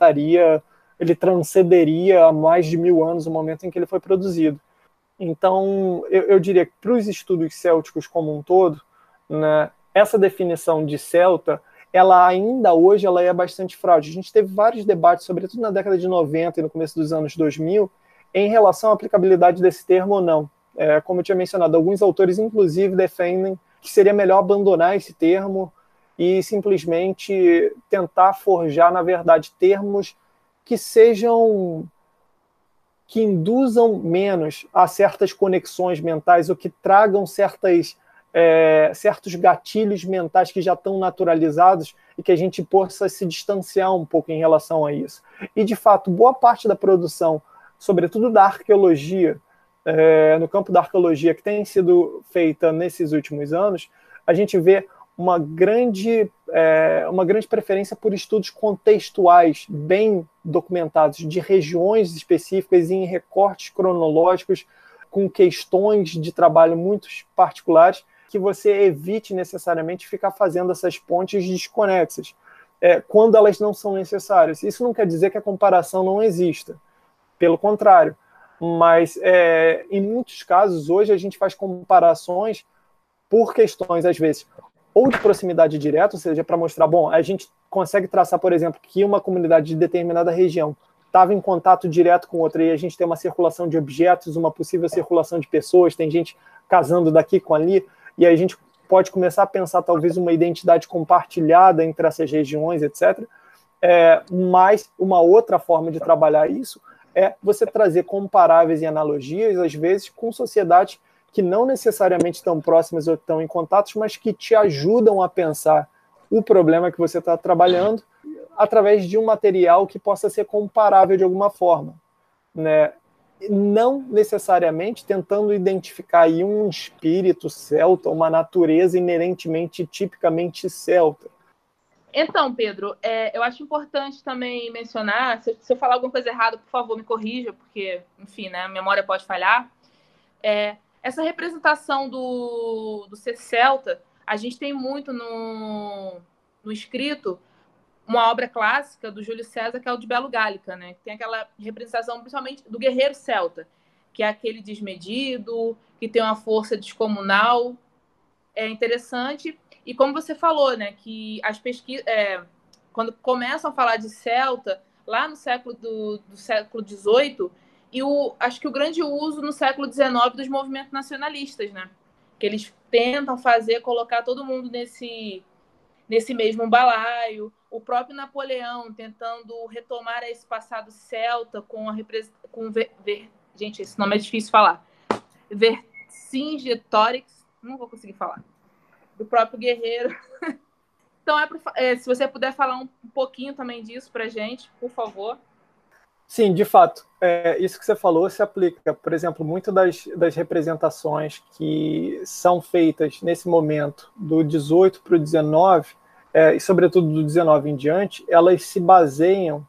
[SPEAKER 3] ele transcenderia a mais de 1000 anos o momento em que ele foi produzido. Então, eu diria que para os estudos célticos como um todo, né, essa definição de celta, ela ainda hoje ela é bastante frágil. A gente teve vários debates, sobretudo na década de 90 e no começo dos anos 2000, em relação à aplicabilidade desse termo ou não. Como eu tinha mencionado, alguns autores, inclusive, defendem que seria melhor abandonar esse termo e simplesmente tentar forjar, na verdade, termos que induzam menos a certas conexões mentais ou que tragam certos gatilhos mentais que já estão naturalizados e que a gente possa se distanciar um pouco em relação a isso. E, de fato, boa parte da produção, sobretudo da arqueologia, no campo da arqueologia que tem sido feita nesses últimos anos, a gente vê uma grande preferência por estudos contextuais, bem documentados, de regiões específicas e em recortes cronológicos, com questões de trabalho muito particulares, que você evite necessariamente ficar fazendo essas pontes desconexas, quando elas não são necessárias. Isso não quer dizer que a comparação não exista, pelo contrário, mas em muitos casos, hoje a gente faz comparações por questões, às vezes, ou de proximidade direta, ou seja, para mostrar, bom, a gente consegue traçar, por exemplo, que uma comunidade de determinada região estava em contato direto com outra e a gente tem uma circulação de objetos, uma possível circulação de pessoas, tem gente casando daqui com ali, e aí a gente pode começar a pensar talvez uma identidade compartilhada entre essas regiões, etc. Mas uma outra forma de trabalhar isso é você trazer comparáveis e analogias, às vezes, com sociedades que não necessariamente estão próximas ou estão em contatos, mas que te ajudam a pensar o problema que você está trabalhando através de um material que possa ser comparável de alguma forma, né? Não necessariamente tentando identificar aí um espírito celta, uma natureza inerentemente, tipicamente celta.
[SPEAKER 1] Então, Pedro, eu acho importante também mencionar, se eu falar alguma coisa errada, por favor, me corrija, porque, enfim, né, a memória pode falhar. Essa representação do ser celta, a gente tem muito no escrito uma obra clássica do Júlio César, que é o de Belo Gálica, né? Que tem aquela representação, principalmente, do guerreiro celta, que é aquele desmedido, que tem uma força descomunal. É interessante. E como você falou, né? Que as pesquisas... quando começam a falar de celta, lá no século do século XVIII, e acho que o grande uso no século XIX dos movimentos nacionalistas, né? Que eles tentam colocar todo mundo nesse mesmo balaio. O próprio Napoleão tentando retomar esse passado celta gente, esse nome é difícil de falar. Vercingetorix, não vou conseguir falar. Do próprio guerreiro Então, se você puder falar um pouquinho também disso para a gente, por favor.
[SPEAKER 3] Sim, de fato. Isso que você falou se aplica. Por exemplo, muitas das representações que são feitas nesse momento, do 18 para o 19, e sobretudo do 19 em diante, elas se baseiam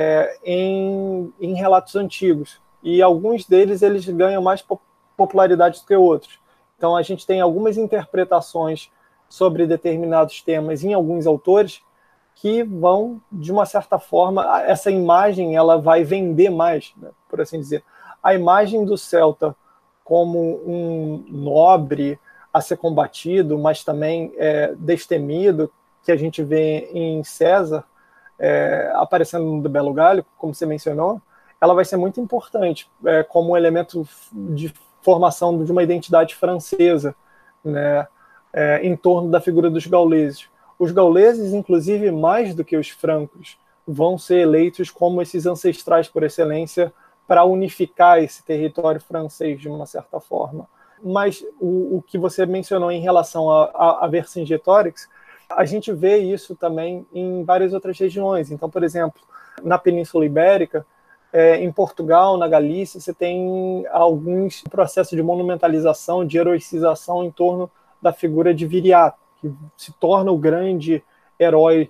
[SPEAKER 3] em relatos antigos. E alguns deles eles ganham mais popularidade do que outros. Então, a gente tem algumas interpretações sobre determinados temas em alguns autores que vão, de uma certa forma, essa imagem ela vai vender mais, né, por assim dizer. A imagem do celta como um nobre a ser combatido, mas também destemido, que a gente vê em César, aparecendo no do Belo Galho, como você mencionou, ela vai ser muito importante como um elemento de formação de uma identidade francesa, né, em torno da figura dos gauleses. Os gauleses, inclusive, mais do que os francos, vão ser eleitos como esses ancestrais por excelência para unificar esse território francês de uma certa forma. Mas o que você mencionou em relação a Vercingetorix, a gente vê isso também em várias outras regiões. Então, por exemplo, na Península Ibérica, em Portugal, na Galícia, você tem alguns processos de monumentalização, de heroicização em torno da figura de Viriato, que se torna o grande herói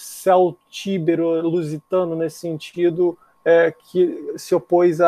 [SPEAKER 3] celtíbero, lusitano, nesse sentido, que se opôs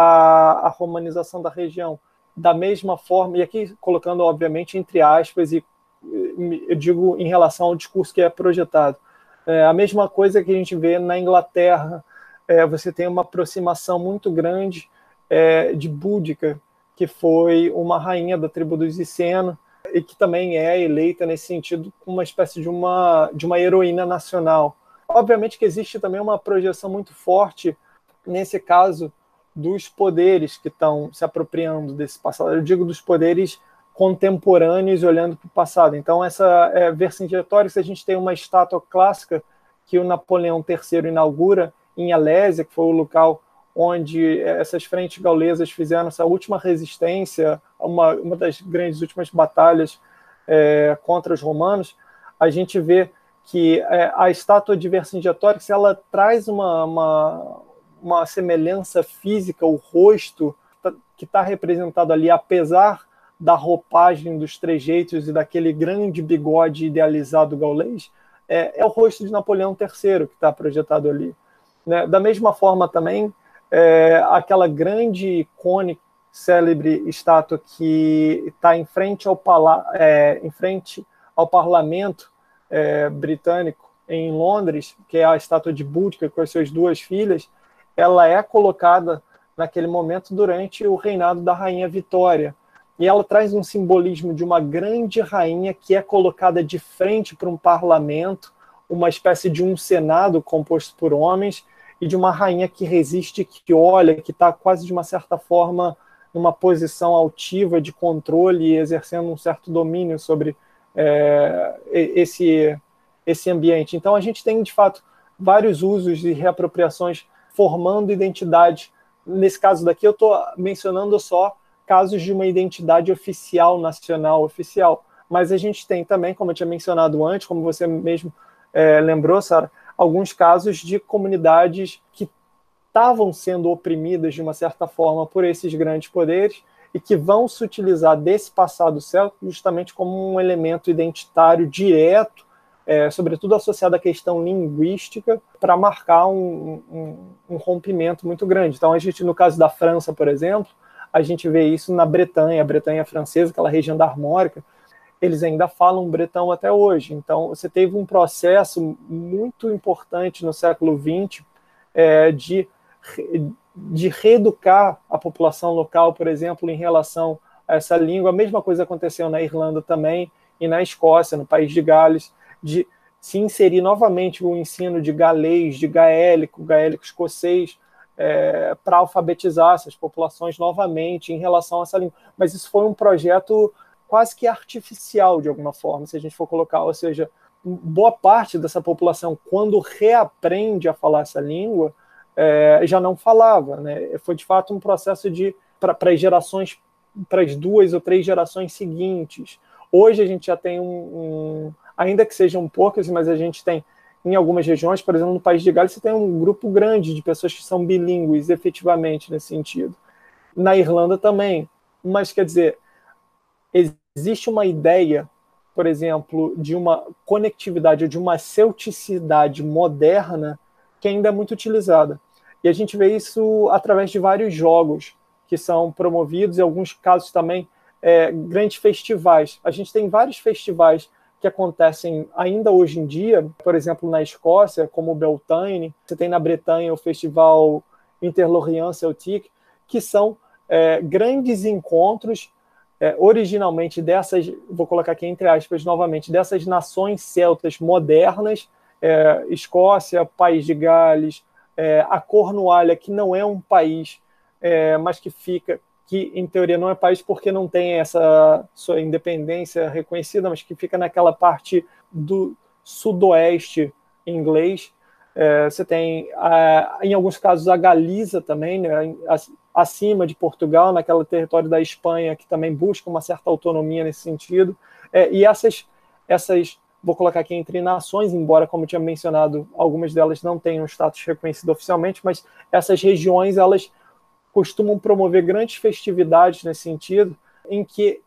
[SPEAKER 3] à romanização da região. Da mesma forma, e aqui colocando, obviamente, entre aspas, e eu digo em relação ao discurso que é projetado, a mesma coisa que a gente vê na Inglaterra, você tem uma aproximação muito grande de Búdica, que foi uma rainha da tribo dos Iceno, e que também é eleita nesse sentido como uma espécie de uma heroína nacional. Obviamente que existe também uma projeção muito forte, nesse caso, dos poderes que estão se apropriando desse passado. Eu digo dos poderes contemporâneos olhando para o passado. Então, essa Vercingetorix, a gente tem uma estátua clássica que o Napoleão III inaugura em Alésia, que foi o local onde essas frentes gaulesas fizeram essa última resistência, uma das grandes últimas batalhas contra os romanos. A gente vê que a estátua de Vercingetorix ela traz uma semelhança física, o rosto que está representado ali, apesar da roupagem, dos trejeitos e daquele grande bigode idealizado gaulês, é o rosto de Napoleão III que está projetado ali. Né? Da mesma forma também, aquela grande, icônica, célebre estátua que está em frente ao parlamento britânico em Londres, que é a estátua de Búdica com as suas duas filhas, ela é colocada naquele momento durante o reinado da Rainha Vitória. E ela traz um simbolismo de uma grande rainha que é colocada de frente para um parlamento, uma espécie de um senado composto por homens, e de uma rainha que resiste, que olha, que está quase de uma certa forma numa posição altiva de controle e exercendo um certo domínio sobre esse ambiente. Então a gente tem, de fato, vários usos e reapropriações formando identidade. Nesse caso daqui eu estou mencionando só casos de uma identidade oficial, nacional, oficial. Mas a gente tem também, como eu tinha mencionado antes, como você mesmo lembrou, Sara, alguns casos de comunidades que estavam sendo oprimidas de uma certa forma por esses grandes poderes e que vão se utilizar desse passado céltico justamente como um elemento identitário direto, sobretudo associado à questão linguística, para marcar um rompimento muito grande. Então, a gente, no caso da França, por exemplo, a gente vê isso na Bretanha, a Bretanha francesa, aquela região da Armórica, eles ainda falam bretão até hoje. Então, você teve um processo muito importante no século XX de reeducar a população local, por exemplo, em relação a essa língua. A mesma coisa aconteceu na Irlanda também, e na Escócia, no país de Gales, de se inserir novamente o ensino de galês, de gaélico escocês, para alfabetizar essas populações novamente em relação a essa língua. Mas isso foi um projeto quase que artificial, de alguma forma, se a gente for colocar, ou seja, boa parte dessa população, quando reaprende a falar essa língua, já não falava, né? Foi, de fato, um processo para as gerações, para as 2 ou 3 gerações seguintes. Hoje a gente já tem ainda que sejam poucas, mas a gente tem em algumas regiões, por exemplo, no País de Gales, você tem um grupo grande de pessoas que são bilíngues, efetivamente, nesse sentido. Na Irlanda também. Mas, quer dizer, existe uma ideia, por exemplo, de uma conectividade ou de uma celticidade moderna que ainda é muito utilizada. E a gente vê isso através de vários jogos que são promovidos, em alguns casos também, grandes festivais. A gente tem vários festivais que acontecem ainda hoje em dia, por exemplo, na Escócia, como o Beltane, você tem na Bretanha o Festival Interlorient Celtique, que são grandes encontros, originalmente dessas, vou colocar aqui entre aspas novamente, dessas nações celtas modernas, Escócia, País de Gales, a Cornualha, que não é um país, mas que em teoria não é país porque não tem essa sua independência reconhecida, mas que fica naquela parte do sudoeste inglês. Você tem, em alguns casos, a Galiza também, né, acima de Portugal, naquele território da Espanha, que também busca uma certa autonomia nesse sentido. E essas, vou colocar aqui entre nações, embora, como eu tinha mencionado, algumas delas não tenham status reconhecido oficialmente, mas essas regiões, elas costumam promover grandes festividades nesse sentido, em que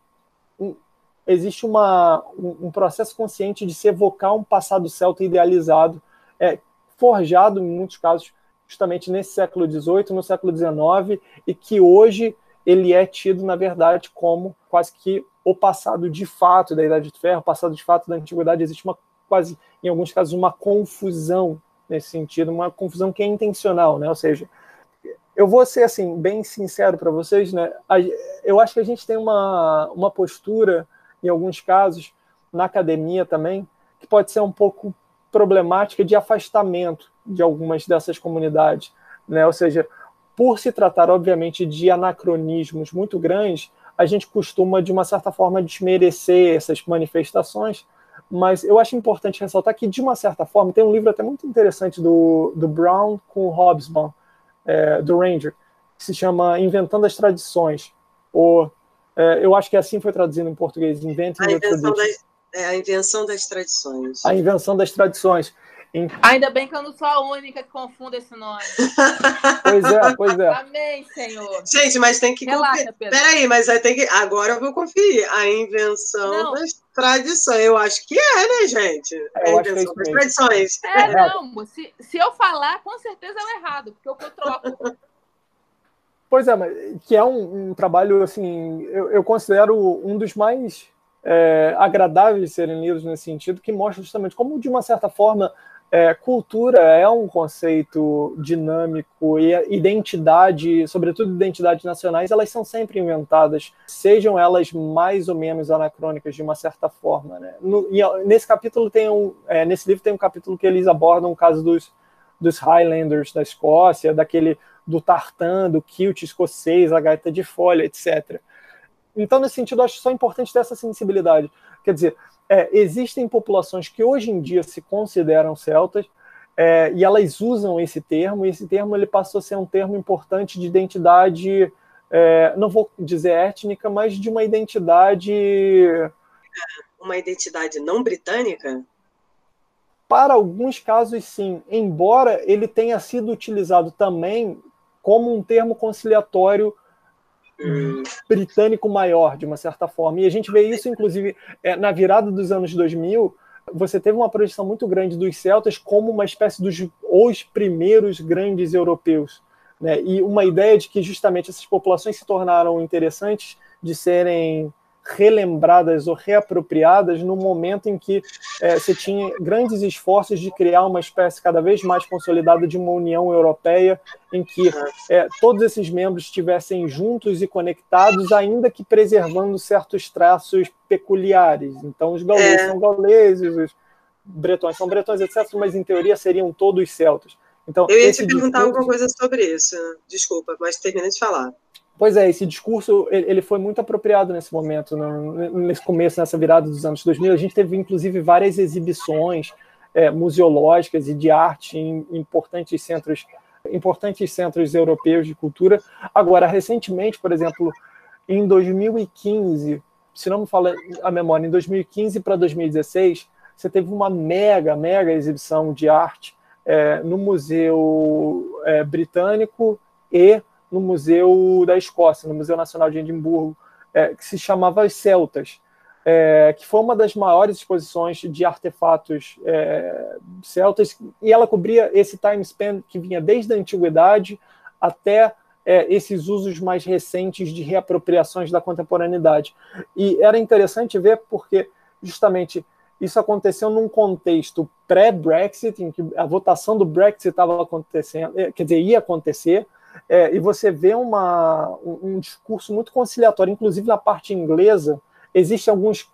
[SPEAKER 3] existe um processo consciente de se evocar um passado celta idealizado, forjado, em muitos casos, justamente nesse século XVIII, no século XIX, e que hoje ele é tido, na verdade, como quase que o passado de fato da Idade de Ferro, o passado de fato da Antiguidade. Existe quase, em alguns casos, uma confusão nesse sentido, uma confusão que é intencional, né? Ou seja, eu vou ser assim, bem sincero para vocês, né? Eu acho que a gente tem uma postura, em alguns casos, na academia também, que pode ser um pouco problemática de afastamento de algumas dessas comunidades, né? Ou seja, por se tratar, obviamente, de anacronismos muito grandes, a gente costuma, de uma certa forma, desmerecer essas manifestações, mas eu acho importante ressaltar que, de uma certa forma, tem um livro até muito interessante do Brown com o Hobsbawm, do Ranger, que se chama Inventando as Tradições, eu acho que assim foi traduzido em português, Inventing the Traditions.
[SPEAKER 2] A invenção das tradições.
[SPEAKER 3] A invenção das tradições.
[SPEAKER 1] Ainda bem que eu não sou a única que confunde esse nome.
[SPEAKER 3] Pois é.
[SPEAKER 1] Amém, Senhor.
[SPEAKER 2] Gente, mas tem que
[SPEAKER 1] Relaxa, Pedro.
[SPEAKER 2] Peraí, mas aí tem que. Agora eu vou conferir. A invenção das tradições. Eu acho que né, gente? A invenção das tradições.
[SPEAKER 1] Não, se eu falar, com certeza é errado, porque eu troco.
[SPEAKER 3] Pois é, mas que é um trabalho, assim, eu considero um dos mais agradáveis de serem lidos nesse sentido, que mostra justamente como, de uma certa forma, cultura é um conceito dinâmico e identidade, sobretudo identidades nacionais, elas são sempre inventadas, sejam elas mais ou menos anacrônicas de uma certa forma, né? Nesse capítulo nesse livro tem um capítulo que eles abordam o caso dos Highlanders da Escócia, do tartan, do kilt escocês, a gaita de folha, etc. Então, nesse sentido, eu acho só importante ter essa sensibilidade. Quer dizer, existem populações que hoje em dia se consideram celtas, e elas usam esse termo, e esse termo ele passou a ser um termo importante de identidade, não vou dizer étnica, mas de uma identidade...
[SPEAKER 2] Uma identidade não britânica?
[SPEAKER 3] Para alguns casos, sim, embora ele tenha sido utilizado também como um termo conciliatório britânico maior, de uma certa forma. E a gente vê isso, inclusive, na virada dos anos 2000, você teve uma projeção muito grande dos celtas como uma espécie os primeiros grandes europeus, né? E uma ideia de que justamente essas populações se tornaram interessantes de serem relembradas ou reapropriadas no momento em que você tinha grandes esforços de criar uma espécie cada vez mais consolidada de uma União Europeia, em que todos esses membros estivessem juntos e conectados, ainda que preservando certos traços peculiares. Então, os gauleses são gauleses, os bretões são bretões, etc., mas, em teoria, seriam todos celtas. Então,
[SPEAKER 2] eu ia te perguntar alguma coisa sobre isso. Desculpa, mas termina de falar.
[SPEAKER 3] Pois é, esse discurso ele foi muito apropriado nesse momento, nesse começo, nessa virada dos anos 2000. A gente teve, inclusive, várias exibições museológicas e de arte em importantes centros europeus de cultura. Agora, recentemente, por exemplo, em 2015, se não me falha a memória, em 2015 para 2016, você teve uma mega exibição de arte no Museu Britânico e no Museu da Escócia, no Museu Nacional de Edimburgo, que se chamava Os Celtas, que foi uma das maiores exposições de artefatos celtas, e ela cobria esse time span que vinha desde a antiguidade até esses usos mais recentes de reapropriações da contemporaneidade. E era interessante ver porque, justamente, isso aconteceu num contexto pré-Brexit, em que a votação do Brexit estava acontecendo, quer dizer, ia acontecer, e você vê um discurso muito conciliatório, inclusive na parte inglesa. Existem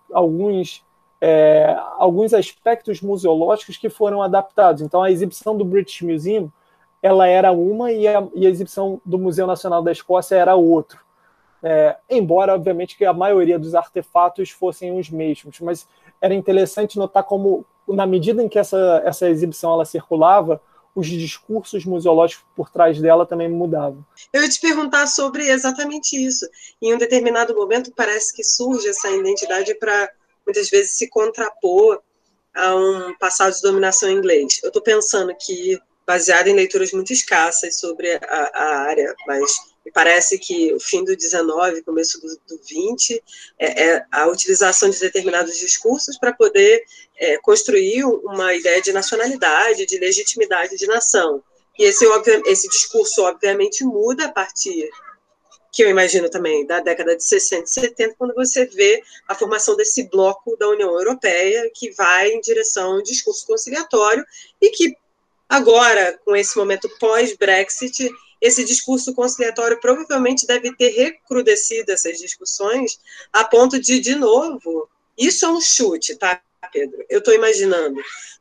[SPEAKER 3] alguns aspectos museológicos que foram adaptados. Então, a exibição do British Museum ela era uma e a exibição do Museu Nacional da Escócia era outro. Embora, obviamente, que a maioria dos artefatos fossem os mesmos, mas era interessante notar como, na medida em que essa exibição ela circulava, os discursos museológicos por trás dela também mudavam.
[SPEAKER 2] Eu ia te perguntar sobre exatamente isso. Em um determinado momento, parece que surge essa identidade para, muitas vezes, se contrapor a um passado de dominação inglês. Eu estou pensando que, baseado em leituras muito escassas sobre a área, mas me parece que o fim do 19, começo do 20, a utilização de determinados discursos para poder construir uma ideia de nacionalidade, de legitimidade de nação. E esse discurso, obviamente, muda a partir, que eu imagino também, da década de 60 e 70, quando você vê a formação desse bloco da União Europeia, que vai em direção a um discurso conciliatório e que, agora, com esse momento pós-Brexit, esse discurso conciliatório provavelmente deve ter recrudescido essas discussões a ponto de novo, isso é um chute, tá, Pedro? Eu estou imaginando,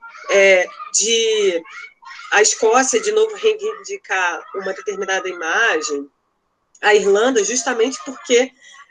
[SPEAKER 2] de a Escócia de novo reivindicar uma determinada imagem, a Irlanda, justamente porque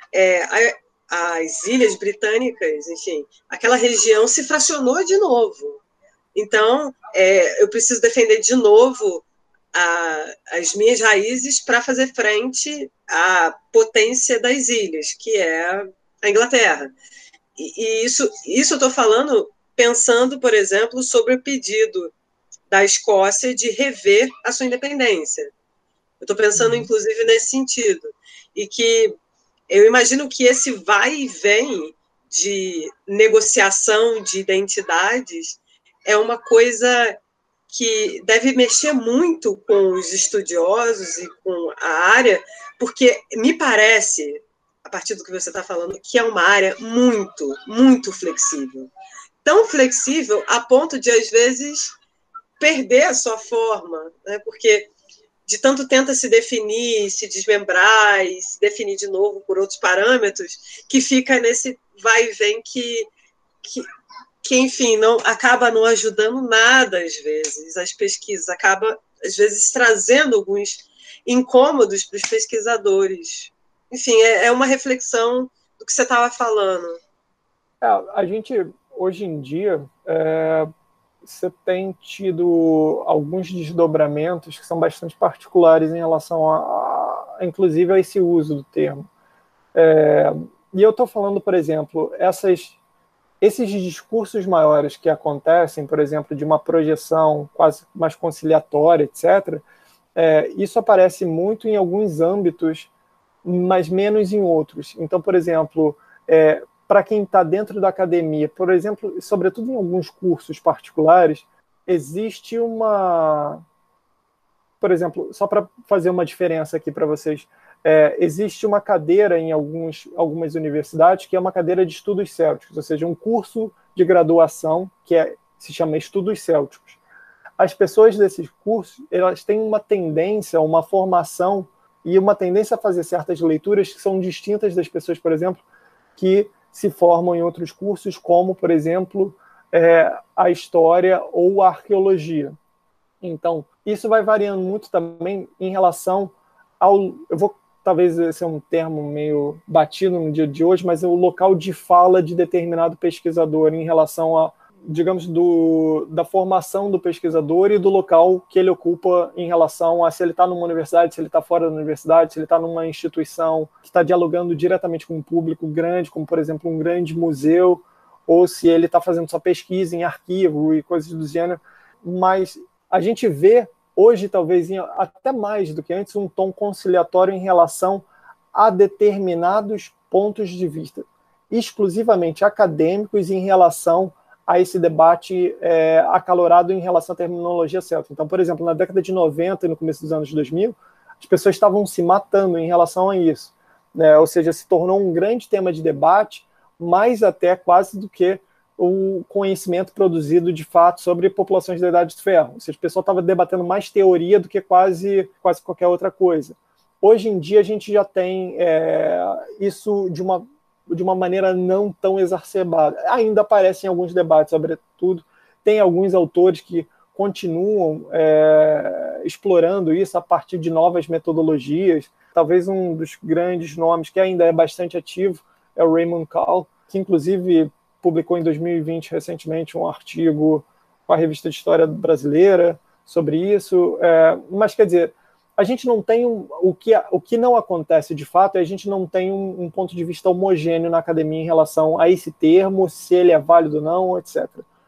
[SPEAKER 2] as Ilhas Britânicas, enfim, aquela região se fracionou de novo. Então, eu preciso defender de novo as minhas raízes para fazer frente à potência das ilhas, que é a Inglaterra. E isso eu estou falando pensando, por exemplo, sobre o pedido da Escócia de rever a sua independência. Eu estou pensando, inclusive, nesse sentido. E que eu imagino que esse vai e vem de negociação de identidades é uma coisa que deve mexer muito com os estudiosos e com a área, porque me parece, a partir do que você está falando, que é uma área muito, muito flexível. Tão flexível a ponto de, às vezes, perder a sua forma, né? Porque de tanto tenta se definir, se desmembrar e se definir de novo por outros parâmetros, que fica nesse vai e vem que enfim, acaba não ajudando nada, às vezes. As pesquisas acabam, às vezes, trazendo alguns incômodos para os pesquisadores. Enfim, é uma reflexão do que você estava falando.
[SPEAKER 3] A gente, hoje em dia, você tem tido alguns desdobramentos que são bastante particulares em relação inclusive, a esse uso do termo. E eu estou falando, por exemplo, esses discursos maiores que acontecem, por exemplo, de uma projeção quase mais conciliatória, etc., isso aparece muito em alguns âmbitos, mas menos em outros. Então, por exemplo, para quem está dentro da academia, por exemplo, sobretudo em alguns cursos particulares, existe por exemplo, só para fazer uma diferença aqui para vocês, existe uma cadeira em algumas universidades que é uma cadeira de estudos célticos, ou seja, um curso de graduação que se chama Estudos Célticos. As pessoas desses cursos, elas têm uma tendência, uma formação e uma tendência a fazer certas leituras que são distintas das pessoas, por exemplo, que se formam em outros cursos, como, por exemplo, a história ou a arqueologia. Então, isso vai variando muito também em relação talvez esse é um termo meio batido no dia de hoje, mas é o local de fala de determinado pesquisador em relação a, digamos, da formação do pesquisador e do local que ele ocupa em relação a se ele está numa universidade, se ele está fora da universidade, se ele está numa instituição que está dialogando diretamente com um público grande, como, por exemplo, um grande museu, ou se ele está fazendo sua pesquisa em arquivo e coisas do gênero, mas a gente vê hoje, talvez até mais do que antes, um tom conciliatório em relação a determinados pontos de vista exclusivamente acadêmicos em relação a esse debate acalorado em relação à terminologia celta. Então, por exemplo, na década de 90 e no começo dos anos 2000, as pessoas estavam se matando em relação a isso, né? Ou seja, se tornou um grande tema de debate, mais até quase do que o conhecimento produzido de fato sobre populações da Idade de Ferro. Ou seja, o pessoal estava debatendo mais teoria do que quase qualquer outra coisa. Hoje em dia a gente já tem isso de uma maneira não tão exacerbada. Ainda aparecem alguns debates, sobretudo, tem alguns autores que continuam explorando isso a partir de novas metodologias. Talvez um dos grandes nomes que ainda é bastante ativo é o Raymond Cahl, que inclusive publicou em 2020 recentemente um artigo com a Revista de História Brasileira sobre isso. Mas, quer dizer, a gente não tem o que não acontece de fato, a gente não tem um ponto de vista homogêneo na academia em relação a esse termo, se ele é válido ou não, etc.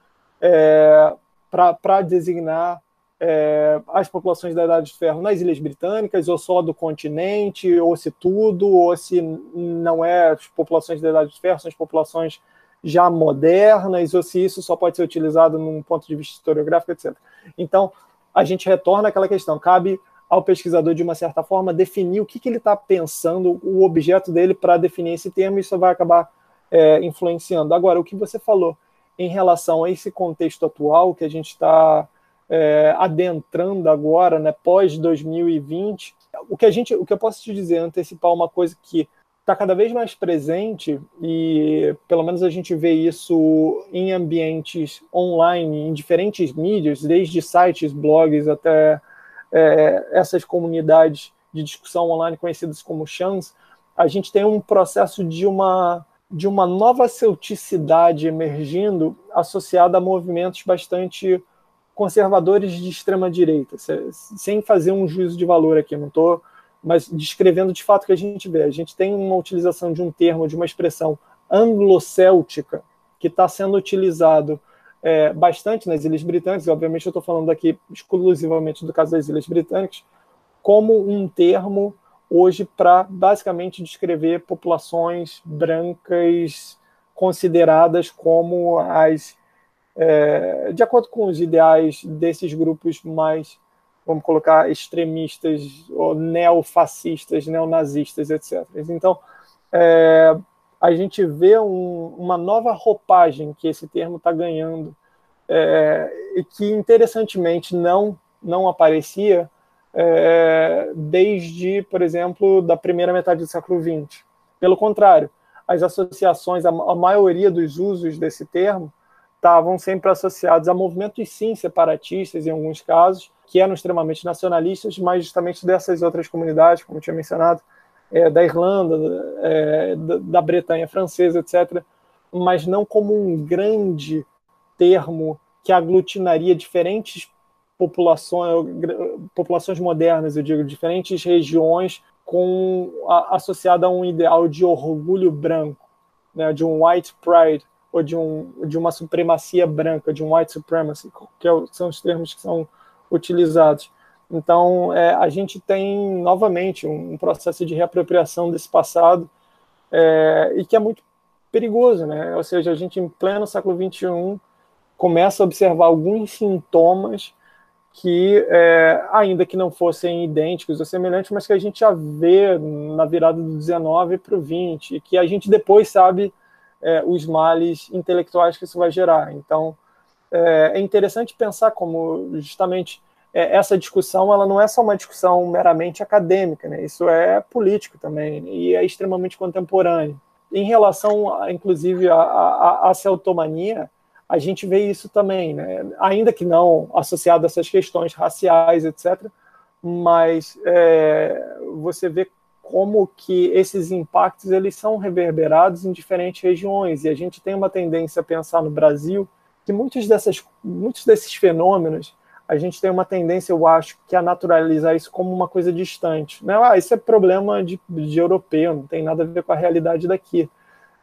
[SPEAKER 3] Para designar as populações da Idade de Ferro nas Ilhas Britânicas, ou só do continente, ou se tudo, ou se não é as populações da Idade de Ferro, são as populações já modernas, ou se isso só pode ser utilizado num ponto de vista historiográfico, etc. Então, a gente retorna àquela questão, cabe ao pesquisador, de uma certa forma, definir o que ele está pensando, o objeto dele para definir esse termo, e isso vai acabar influenciando. Agora, o que você falou em relação a esse contexto atual que a gente está adentrando agora, né, pós-2020, o que eu posso te dizer, antecipar uma coisa que está cada vez mais presente, e pelo menos a gente vê isso em ambientes online, em diferentes mídias, desde sites, blogs, até essas comunidades de discussão online conhecidas como chans. A gente tem um processo de uma nova celticidade emergindo, associada a movimentos bastante conservadores de extrema-direita, sem fazer um juízo de valor aqui, não estou, mas descrevendo de fato o que a gente vê. A gente tem uma utilização de um termo, de uma expressão anglo-céltica, que está sendo utilizado bastante nas Ilhas Britânicas, obviamente eu estou falando aqui exclusivamente do caso das Ilhas Britânicas, como um termo hoje para basicamente descrever populações brancas consideradas como de acordo com os ideais desses grupos mais, vamos colocar, extremistas, ou neofascistas, neonazistas, etc. Então, a gente vê uma nova roupagem que esse termo está ganhando, e que, interessantemente, não aparecia desde, por exemplo, da primeira metade do século XX. Pelo contrário, as associações, a maioria dos usos desse termo, estavam sempre associados a movimentos, sim, separatistas, em alguns casos, que eram extremamente nacionalistas, mas justamente dessas outras comunidades, como eu tinha mencionado, da Irlanda, da Bretanha francesa, etc., mas não como um grande termo que aglutinaria diferentes populações modernas, eu digo, diferentes regiões, associada a um ideal de orgulho branco, né, de um white pride, ou de uma supremacia branca, de um white supremacy, que são os termos que são utilizados. Então, a gente tem, novamente, um processo de reapropriação desse passado, e que é muito perigoso, né? Ou seja, a gente, em pleno século XXI, começa a observar alguns sintomas que, ainda que não fossem idênticos ou semelhantes, mas que a gente já vê na virada do 19 para o 20, e que a gente depois sabe os males intelectuais que isso vai gerar. Então, é interessante pensar como, justamente, essa discussão, ela não é só uma discussão meramente acadêmica, né? Isso é político também, e é extremamente contemporâneo. Em relação, inclusive, à celtomania, a gente vê isso também, né? Ainda que não associado a essas questões raciais, etc., mas você vê como que esses impactos eles são reverberados em diferentes regiões, e a gente tem uma tendência a pensar no Brasil que muitos desses fenômenos, a gente tem uma tendência, eu acho, que a naturalizar isso como uma coisa distante, né? Isso é problema de europeu, não tem nada a ver com a realidade daqui.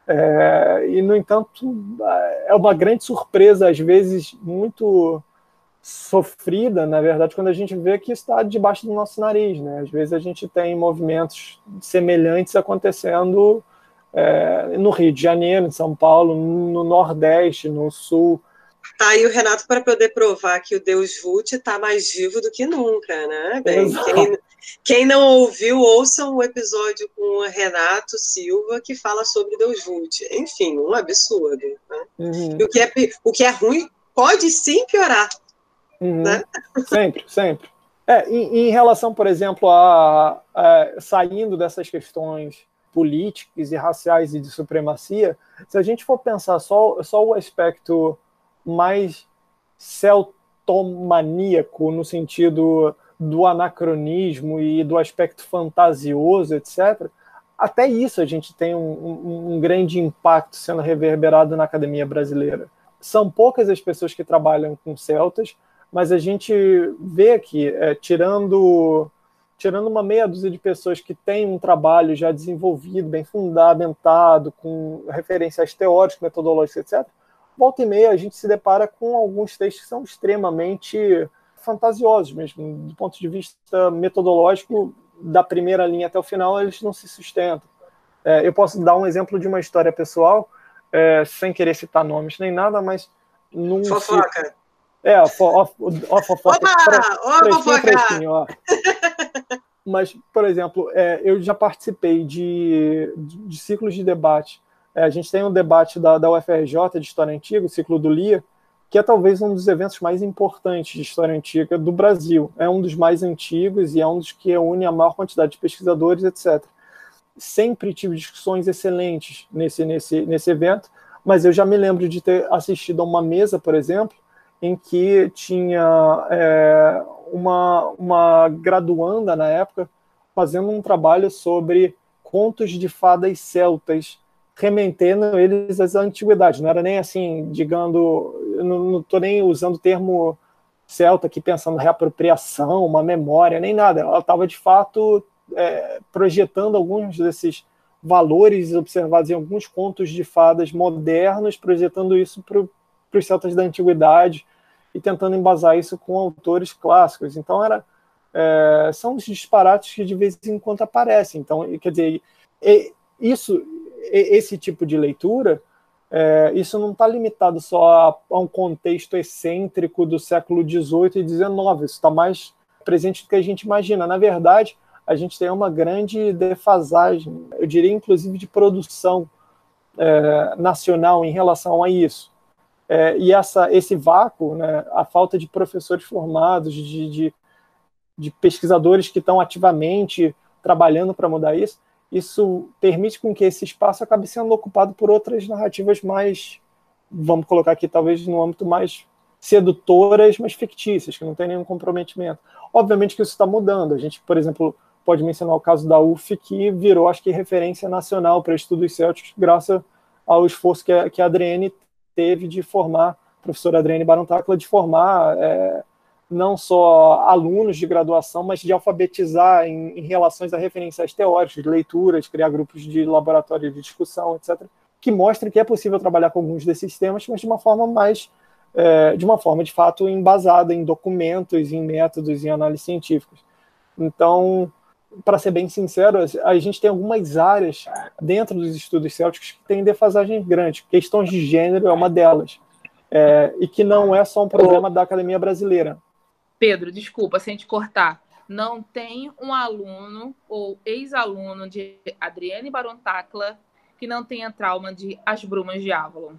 [SPEAKER 3] E, no entanto, é uma grande surpresa, às vezes muito sofrida, na verdade, quando a gente vê que está debaixo do nosso nariz, né? Às vezes a gente tem movimentos semelhantes acontecendo no Rio de Janeiro, em São Paulo, no Nordeste, no Sul.
[SPEAKER 2] Tá aí o Renato para poder provar que o Deus Vult está mais vivo do que nunca, né? Bem, quem não ouviu, ouçam o episódio com o Renato Silva, que fala sobre Deus Vult. Enfim, um absurdo. Né?
[SPEAKER 3] Uhum.
[SPEAKER 2] E o que é ruim pode sim piorar.
[SPEAKER 3] Uhum.
[SPEAKER 2] Né?
[SPEAKER 3] Sempre, sempre. Em relação, por exemplo, saindo dessas questões políticas e raciais e de supremacia, se a gente for pensar só o aspecto mais celtomaníaco, no sentido do anacronismo e do aspecto fantasioso, etc., até isso a gente tem um grande impacto sendo reverberado na academia brasileira. São poucas as pessoas que trabalham com celtas, mas a gente vê que, tirando uma meia dúzia de pessoas que têm um trabalho já desenvolvido, bem fundamentado, com referenciais teóricos, metodológicos, etc., volta e meia a gente se depara com alguns textos que são extremamente fantasiosos mesmo, do ponto de vista metodológico, da primeira linha até o final, eles não se sustentam. Eu posso dar um exemplo de uma história pessoal, sem querer citar nomes nem nada, mas...
[SPEAKER 2] Fofoca.
[SPEAKER 3] Fofoca. Fresquinho, ó. Mas, por exemplo, eu já participei de ciclos de debate. A gente tem um debate da UFRJ de História Antiga, o ciclo do LIA, que é talvez um dos eventos mais importantes de História Antiga do Brasil. É um dos mais antigos e é um dos que une a maior quantidade de pesquisadores, etc. Sempre tive discussões excelentes nesse evento, mas eu já me lembro de ter assistido a uma mesa, por exemplo, em que tinha uma graduanda na época fazendo um trabalho sobre contos de fadas celtas, remetendo eles às antiguidades. Não era nem assim, digamos, não estou nem usando o termo celta aqui pensando reapropriação, uma memória, nem nada. Ela estava, de fato, projetando alguns desses valores observados em alguns contos de fadas modernos, projetando isso para os celtas da antiguidade e tentando embasar isso com autores clássicos. Então, são os disparates que de vez em quando aparecem. Então, quer dizer, esse tipo de leitura, isso não está limitado só a um contexto excêntrico do século XVIII e XIX, isso está mais presente do que a gente imagina. Na verdade, a gente tem uma grande defasagem, eu diria inclusive de produção nacional em relação a isso. E esse vácuo, né, a falta de professores formados, de pesquisadores que estão ativamente trabalhando para mudar isso permite com que esse espaço acabe sendo ocupado por outras narrativas mais, vamos colocar aqui, talvez no âmbito mais sedutoras, mas fictícias, que não tem nenhum comprometimento. Obviamente que isso está mudando. A gente, por exemplo, pode mencionar o caso da UF, que virou, acho que, referência nacional para estudos célticos, graças ao esforço que a Adrienne teve de formar, a professora Adrienne Barão-Tacla, de formar não só alunos de graduação, mas de alfabetizar em relações a referenciais teóricos, de leituras, criar grupos de laboratório de discussão, etc., que mostram que é possível trabalhar com alguns desses temas, mas de uma forma de fato embasada em documentos, em métodos, em análises científicas. Então, para ser bem sincero, a gente tem algumas áreas dentro dos estudos célticos que têm defasagem grande. Questões de gênero é uma delas, e que não é só um problema da academia brasileira.
[SPEAKER 1] Pedro, desculpa, sem te cortar. Não tem um aluno ou ex-aluno de Adrienne Barão-Tacla que não tenha trauma de As Brumas de Avalon.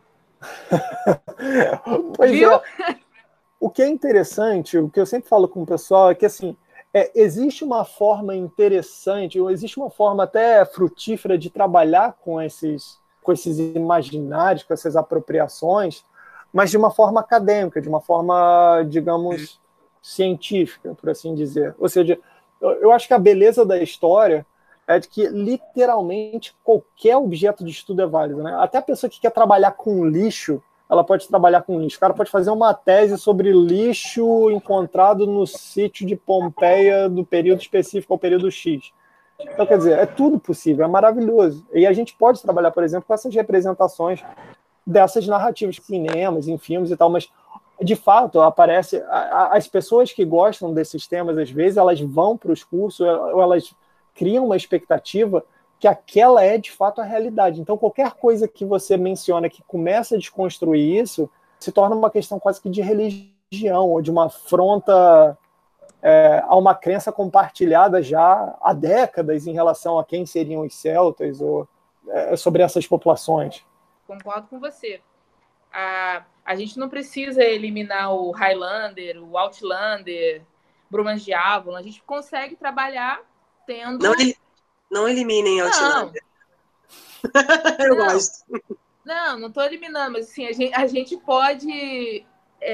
[SPEAKER 3] Pois viu? O que é interessante, o que eu sempre falo com o pessoal é que, assim, existe uma forma interessante, ou existe uma forma até frutífera de trabalhar com esses imaginários, com essas apropriações, mas de uma forma acadêmica, de uma forma, digamos, científica, por assim dizer. Ou seja, eu acho que a beleza da história é de que literalmente qualquer objeto de estudo é válido, né? Até a pessoa que quer trabalhar com lixo, ela pode trabalhar com lixo. O cara pode fazer uma tese sobre lixo encontrado no sítio de Pompeia do período específico ao período X. Então, quer dizer, é tudo possível, é maravilhoso. E a gente pode trabalhar, por exemplo, com essas representações dessas narrativas, cinemas, em filmes e tal, mas, de fato, aparece... As pessoas que gostam desses temas, às vezes, elas vão para os cursos, ou elas criam uma expectativa que aquela é, de fato, a realidade. Então, qualquer coisa que você menciona que começa a desconstruir isso, se torna uma questão quase que de religião, ou de uma afronta a uma crença compartilhada já há décadas em relação a quem seriam os celtas, ou sobre essas populações.
[SPEAKER 1] Concordo com você. A gente não precisa eliminar o Highlander, o Outlander, Brumas de Avalon. A gente consegue trabalhar tendo...
[SPEAKER 2] Não eliminem Outlander. Eu gosto.
[SPEAKER 1] Não estou eliminando, mas assim, a gente pode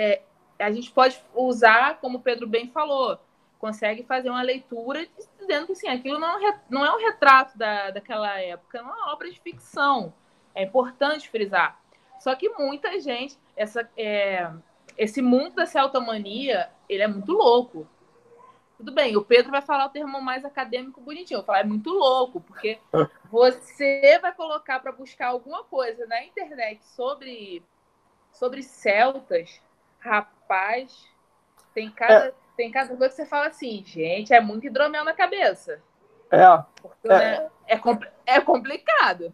[SPEAKER 1] usar, como o Pedro bem falou, consegue fazer uma leitura dizendo que assim, aquilo não é um retrato daquela época, é uma obra de ficção. É importante frisar. Só que muita gente, esse mundo da celtomania, ele é muito louco. Tudo bem, o Pedro vai falar o termo mais acadêmico bonitinho. Eu vou falar, é muito louco, porque você vai colocar para buscar alguma coisa na internet sobre celtas, rapaz, tem cada coisa que você fala assim, gente, é muito hidromel na cabeça. Porque, né, é complicado.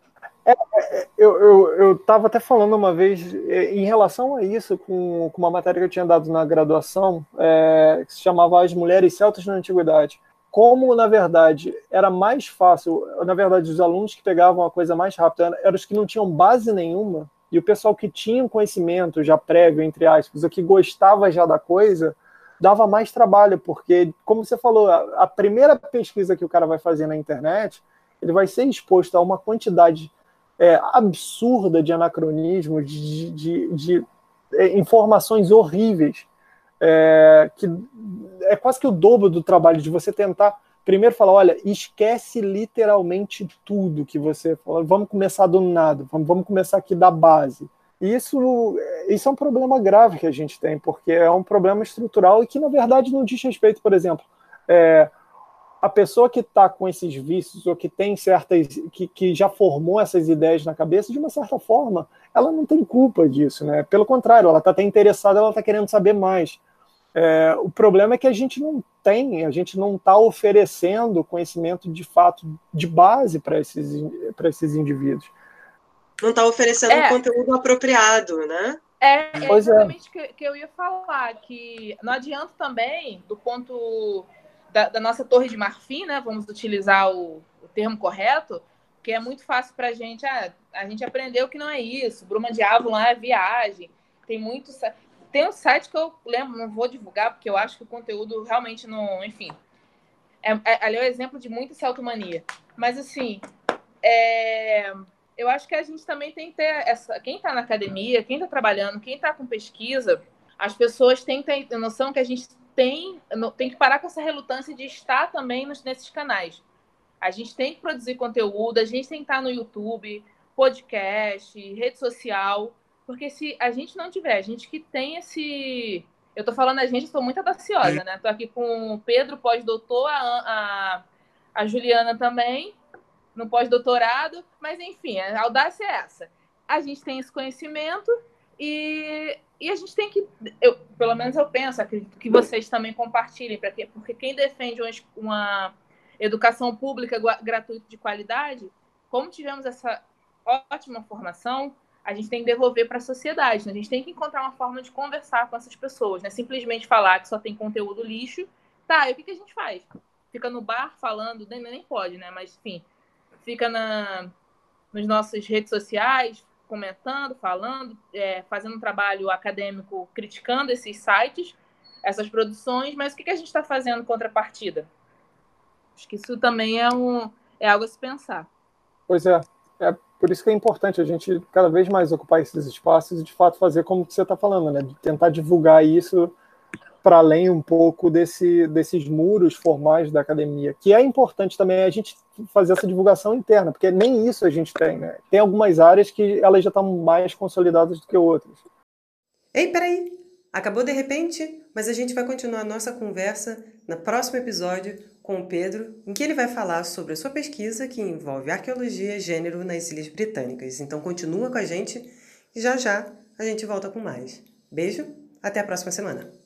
[SPEAKER 3] Eu estava até falando uma vez em relação a isso com uma matéria que eu tinha dado na graduação, que se chamava As Mulheres Celtas na Antiguidade. Como, na verdade, era mais fácil, na verdade, os alunos que pegavam a coisa mais rápido eram os que não tinham base nenhuma, e o pessoal que tinha um conhecimento já prévio, entre aspas, o que gostava já da coisa, dava mais trabalho, porque, como você falou, a primeira pesquisa que o cara vai fazer na internet, ele vai ser exposto a uma quantidade absurda de anacronismos, de informações horríveis, que é quase que o dobro do trabalho de você tentar primeiro falar, olha, esquece literalmente tudo que você falou, vamos começar do nada, vamos começar aqui da base. Isso é um problema grave que a gente tem, porque é um problema estrutural e que, na verdade, não diz respeito, por exemplo, a pessoa que está com esses vícios ou que tem certas, que já formou essas ideias na cabeça, de uma certa forma, ela não tem culpa disso, né? Pelo contrário, ela está até interessada, ela está querendo saber mais. O problema é que a gente não está oferecendo conhecimento de fato de base para esses indivíduos.
[SPEAKER 2] Não está oferecendo um conteúdo apropriado, né?
[SPEAKER 1] É exatamente o que eu ia falar, que não adianta também, do ponto da nossa torre de marfim, né? Vamos utilizar o termo correto, que é muito fácil para a gente. A gente aprendeu que não é isso. Bruma de Avalon é viagem. Tem um site que eu lembro, não vou divulgar, porque eu acho que o conteúdo realmente não... Enfim, ali é o exemplo de muita celtomania. Mas, assim, eu acho que a gente também tem que ter quem está na academia, quem está trabalhando, quem está com pesquisa, as pessoas têm que ter noção que a gente tem que parar com essa relutância de estar também nesses canais. A gente tem que produzir conteúdo, a gente tem que estar no YouTube, podcast, rede social, porque se a gente não tiver, a gente que tem esse... Eu tô falando a gente, estou muito audaciosa, né? Tô aqui com o Pedro, pós-doutor, a Juliana também, no pós-doutorado, mas enfim, a audácia é essa. A gente tem esse conhecimento e a gente tem que, pelo menos eu penso, acredito que vocês também compartilhem, porque quem defende uma educação pública gratuita de qualidade, como tivemos essa ótima formação, a gente tem que devolver para a sociedade, né? A gente tem que encontrar uma forma de conversar com essas pessoas, né? Simplesmente falar que só tem conteúdo lixo, tá, e o que a gente faz? Fica no bar falando, nem pode, né? Mas, enfim, fica nas nossas redes sociais, comentando, falando, fazendo um trabalho acadêmico, criticando esses sites, essas produções, mas o que a gente está fazendo em contrapartida? Acho que isso também é algo a se pensar.
[SPEAKER 3] Pois é por isso que é importante a gente cada vez mais ocupar esses espaços e, de fato, fazer como você está falando, né? De tentar divulgar isso para além um pouco desses muros formais da academia, que é importante também a gente fazer essa divulgação interna, porque nem isso a gente tem, né? Tem algumas áreas que elas já estão mais consolidadas do que outras.
[SPEAKER 4] Ei, peraí! Acabou de repente? Mas a gente vai continuar a nossa conversa no próximo episódio com o Pedro, em que ele vai falar sobre a sua pesquisa que envolve arqueologia e gênero nas Ilhas Britânicas. Então continua com a gente e já já a gente volta com mais. Beijo, até a próxima semana.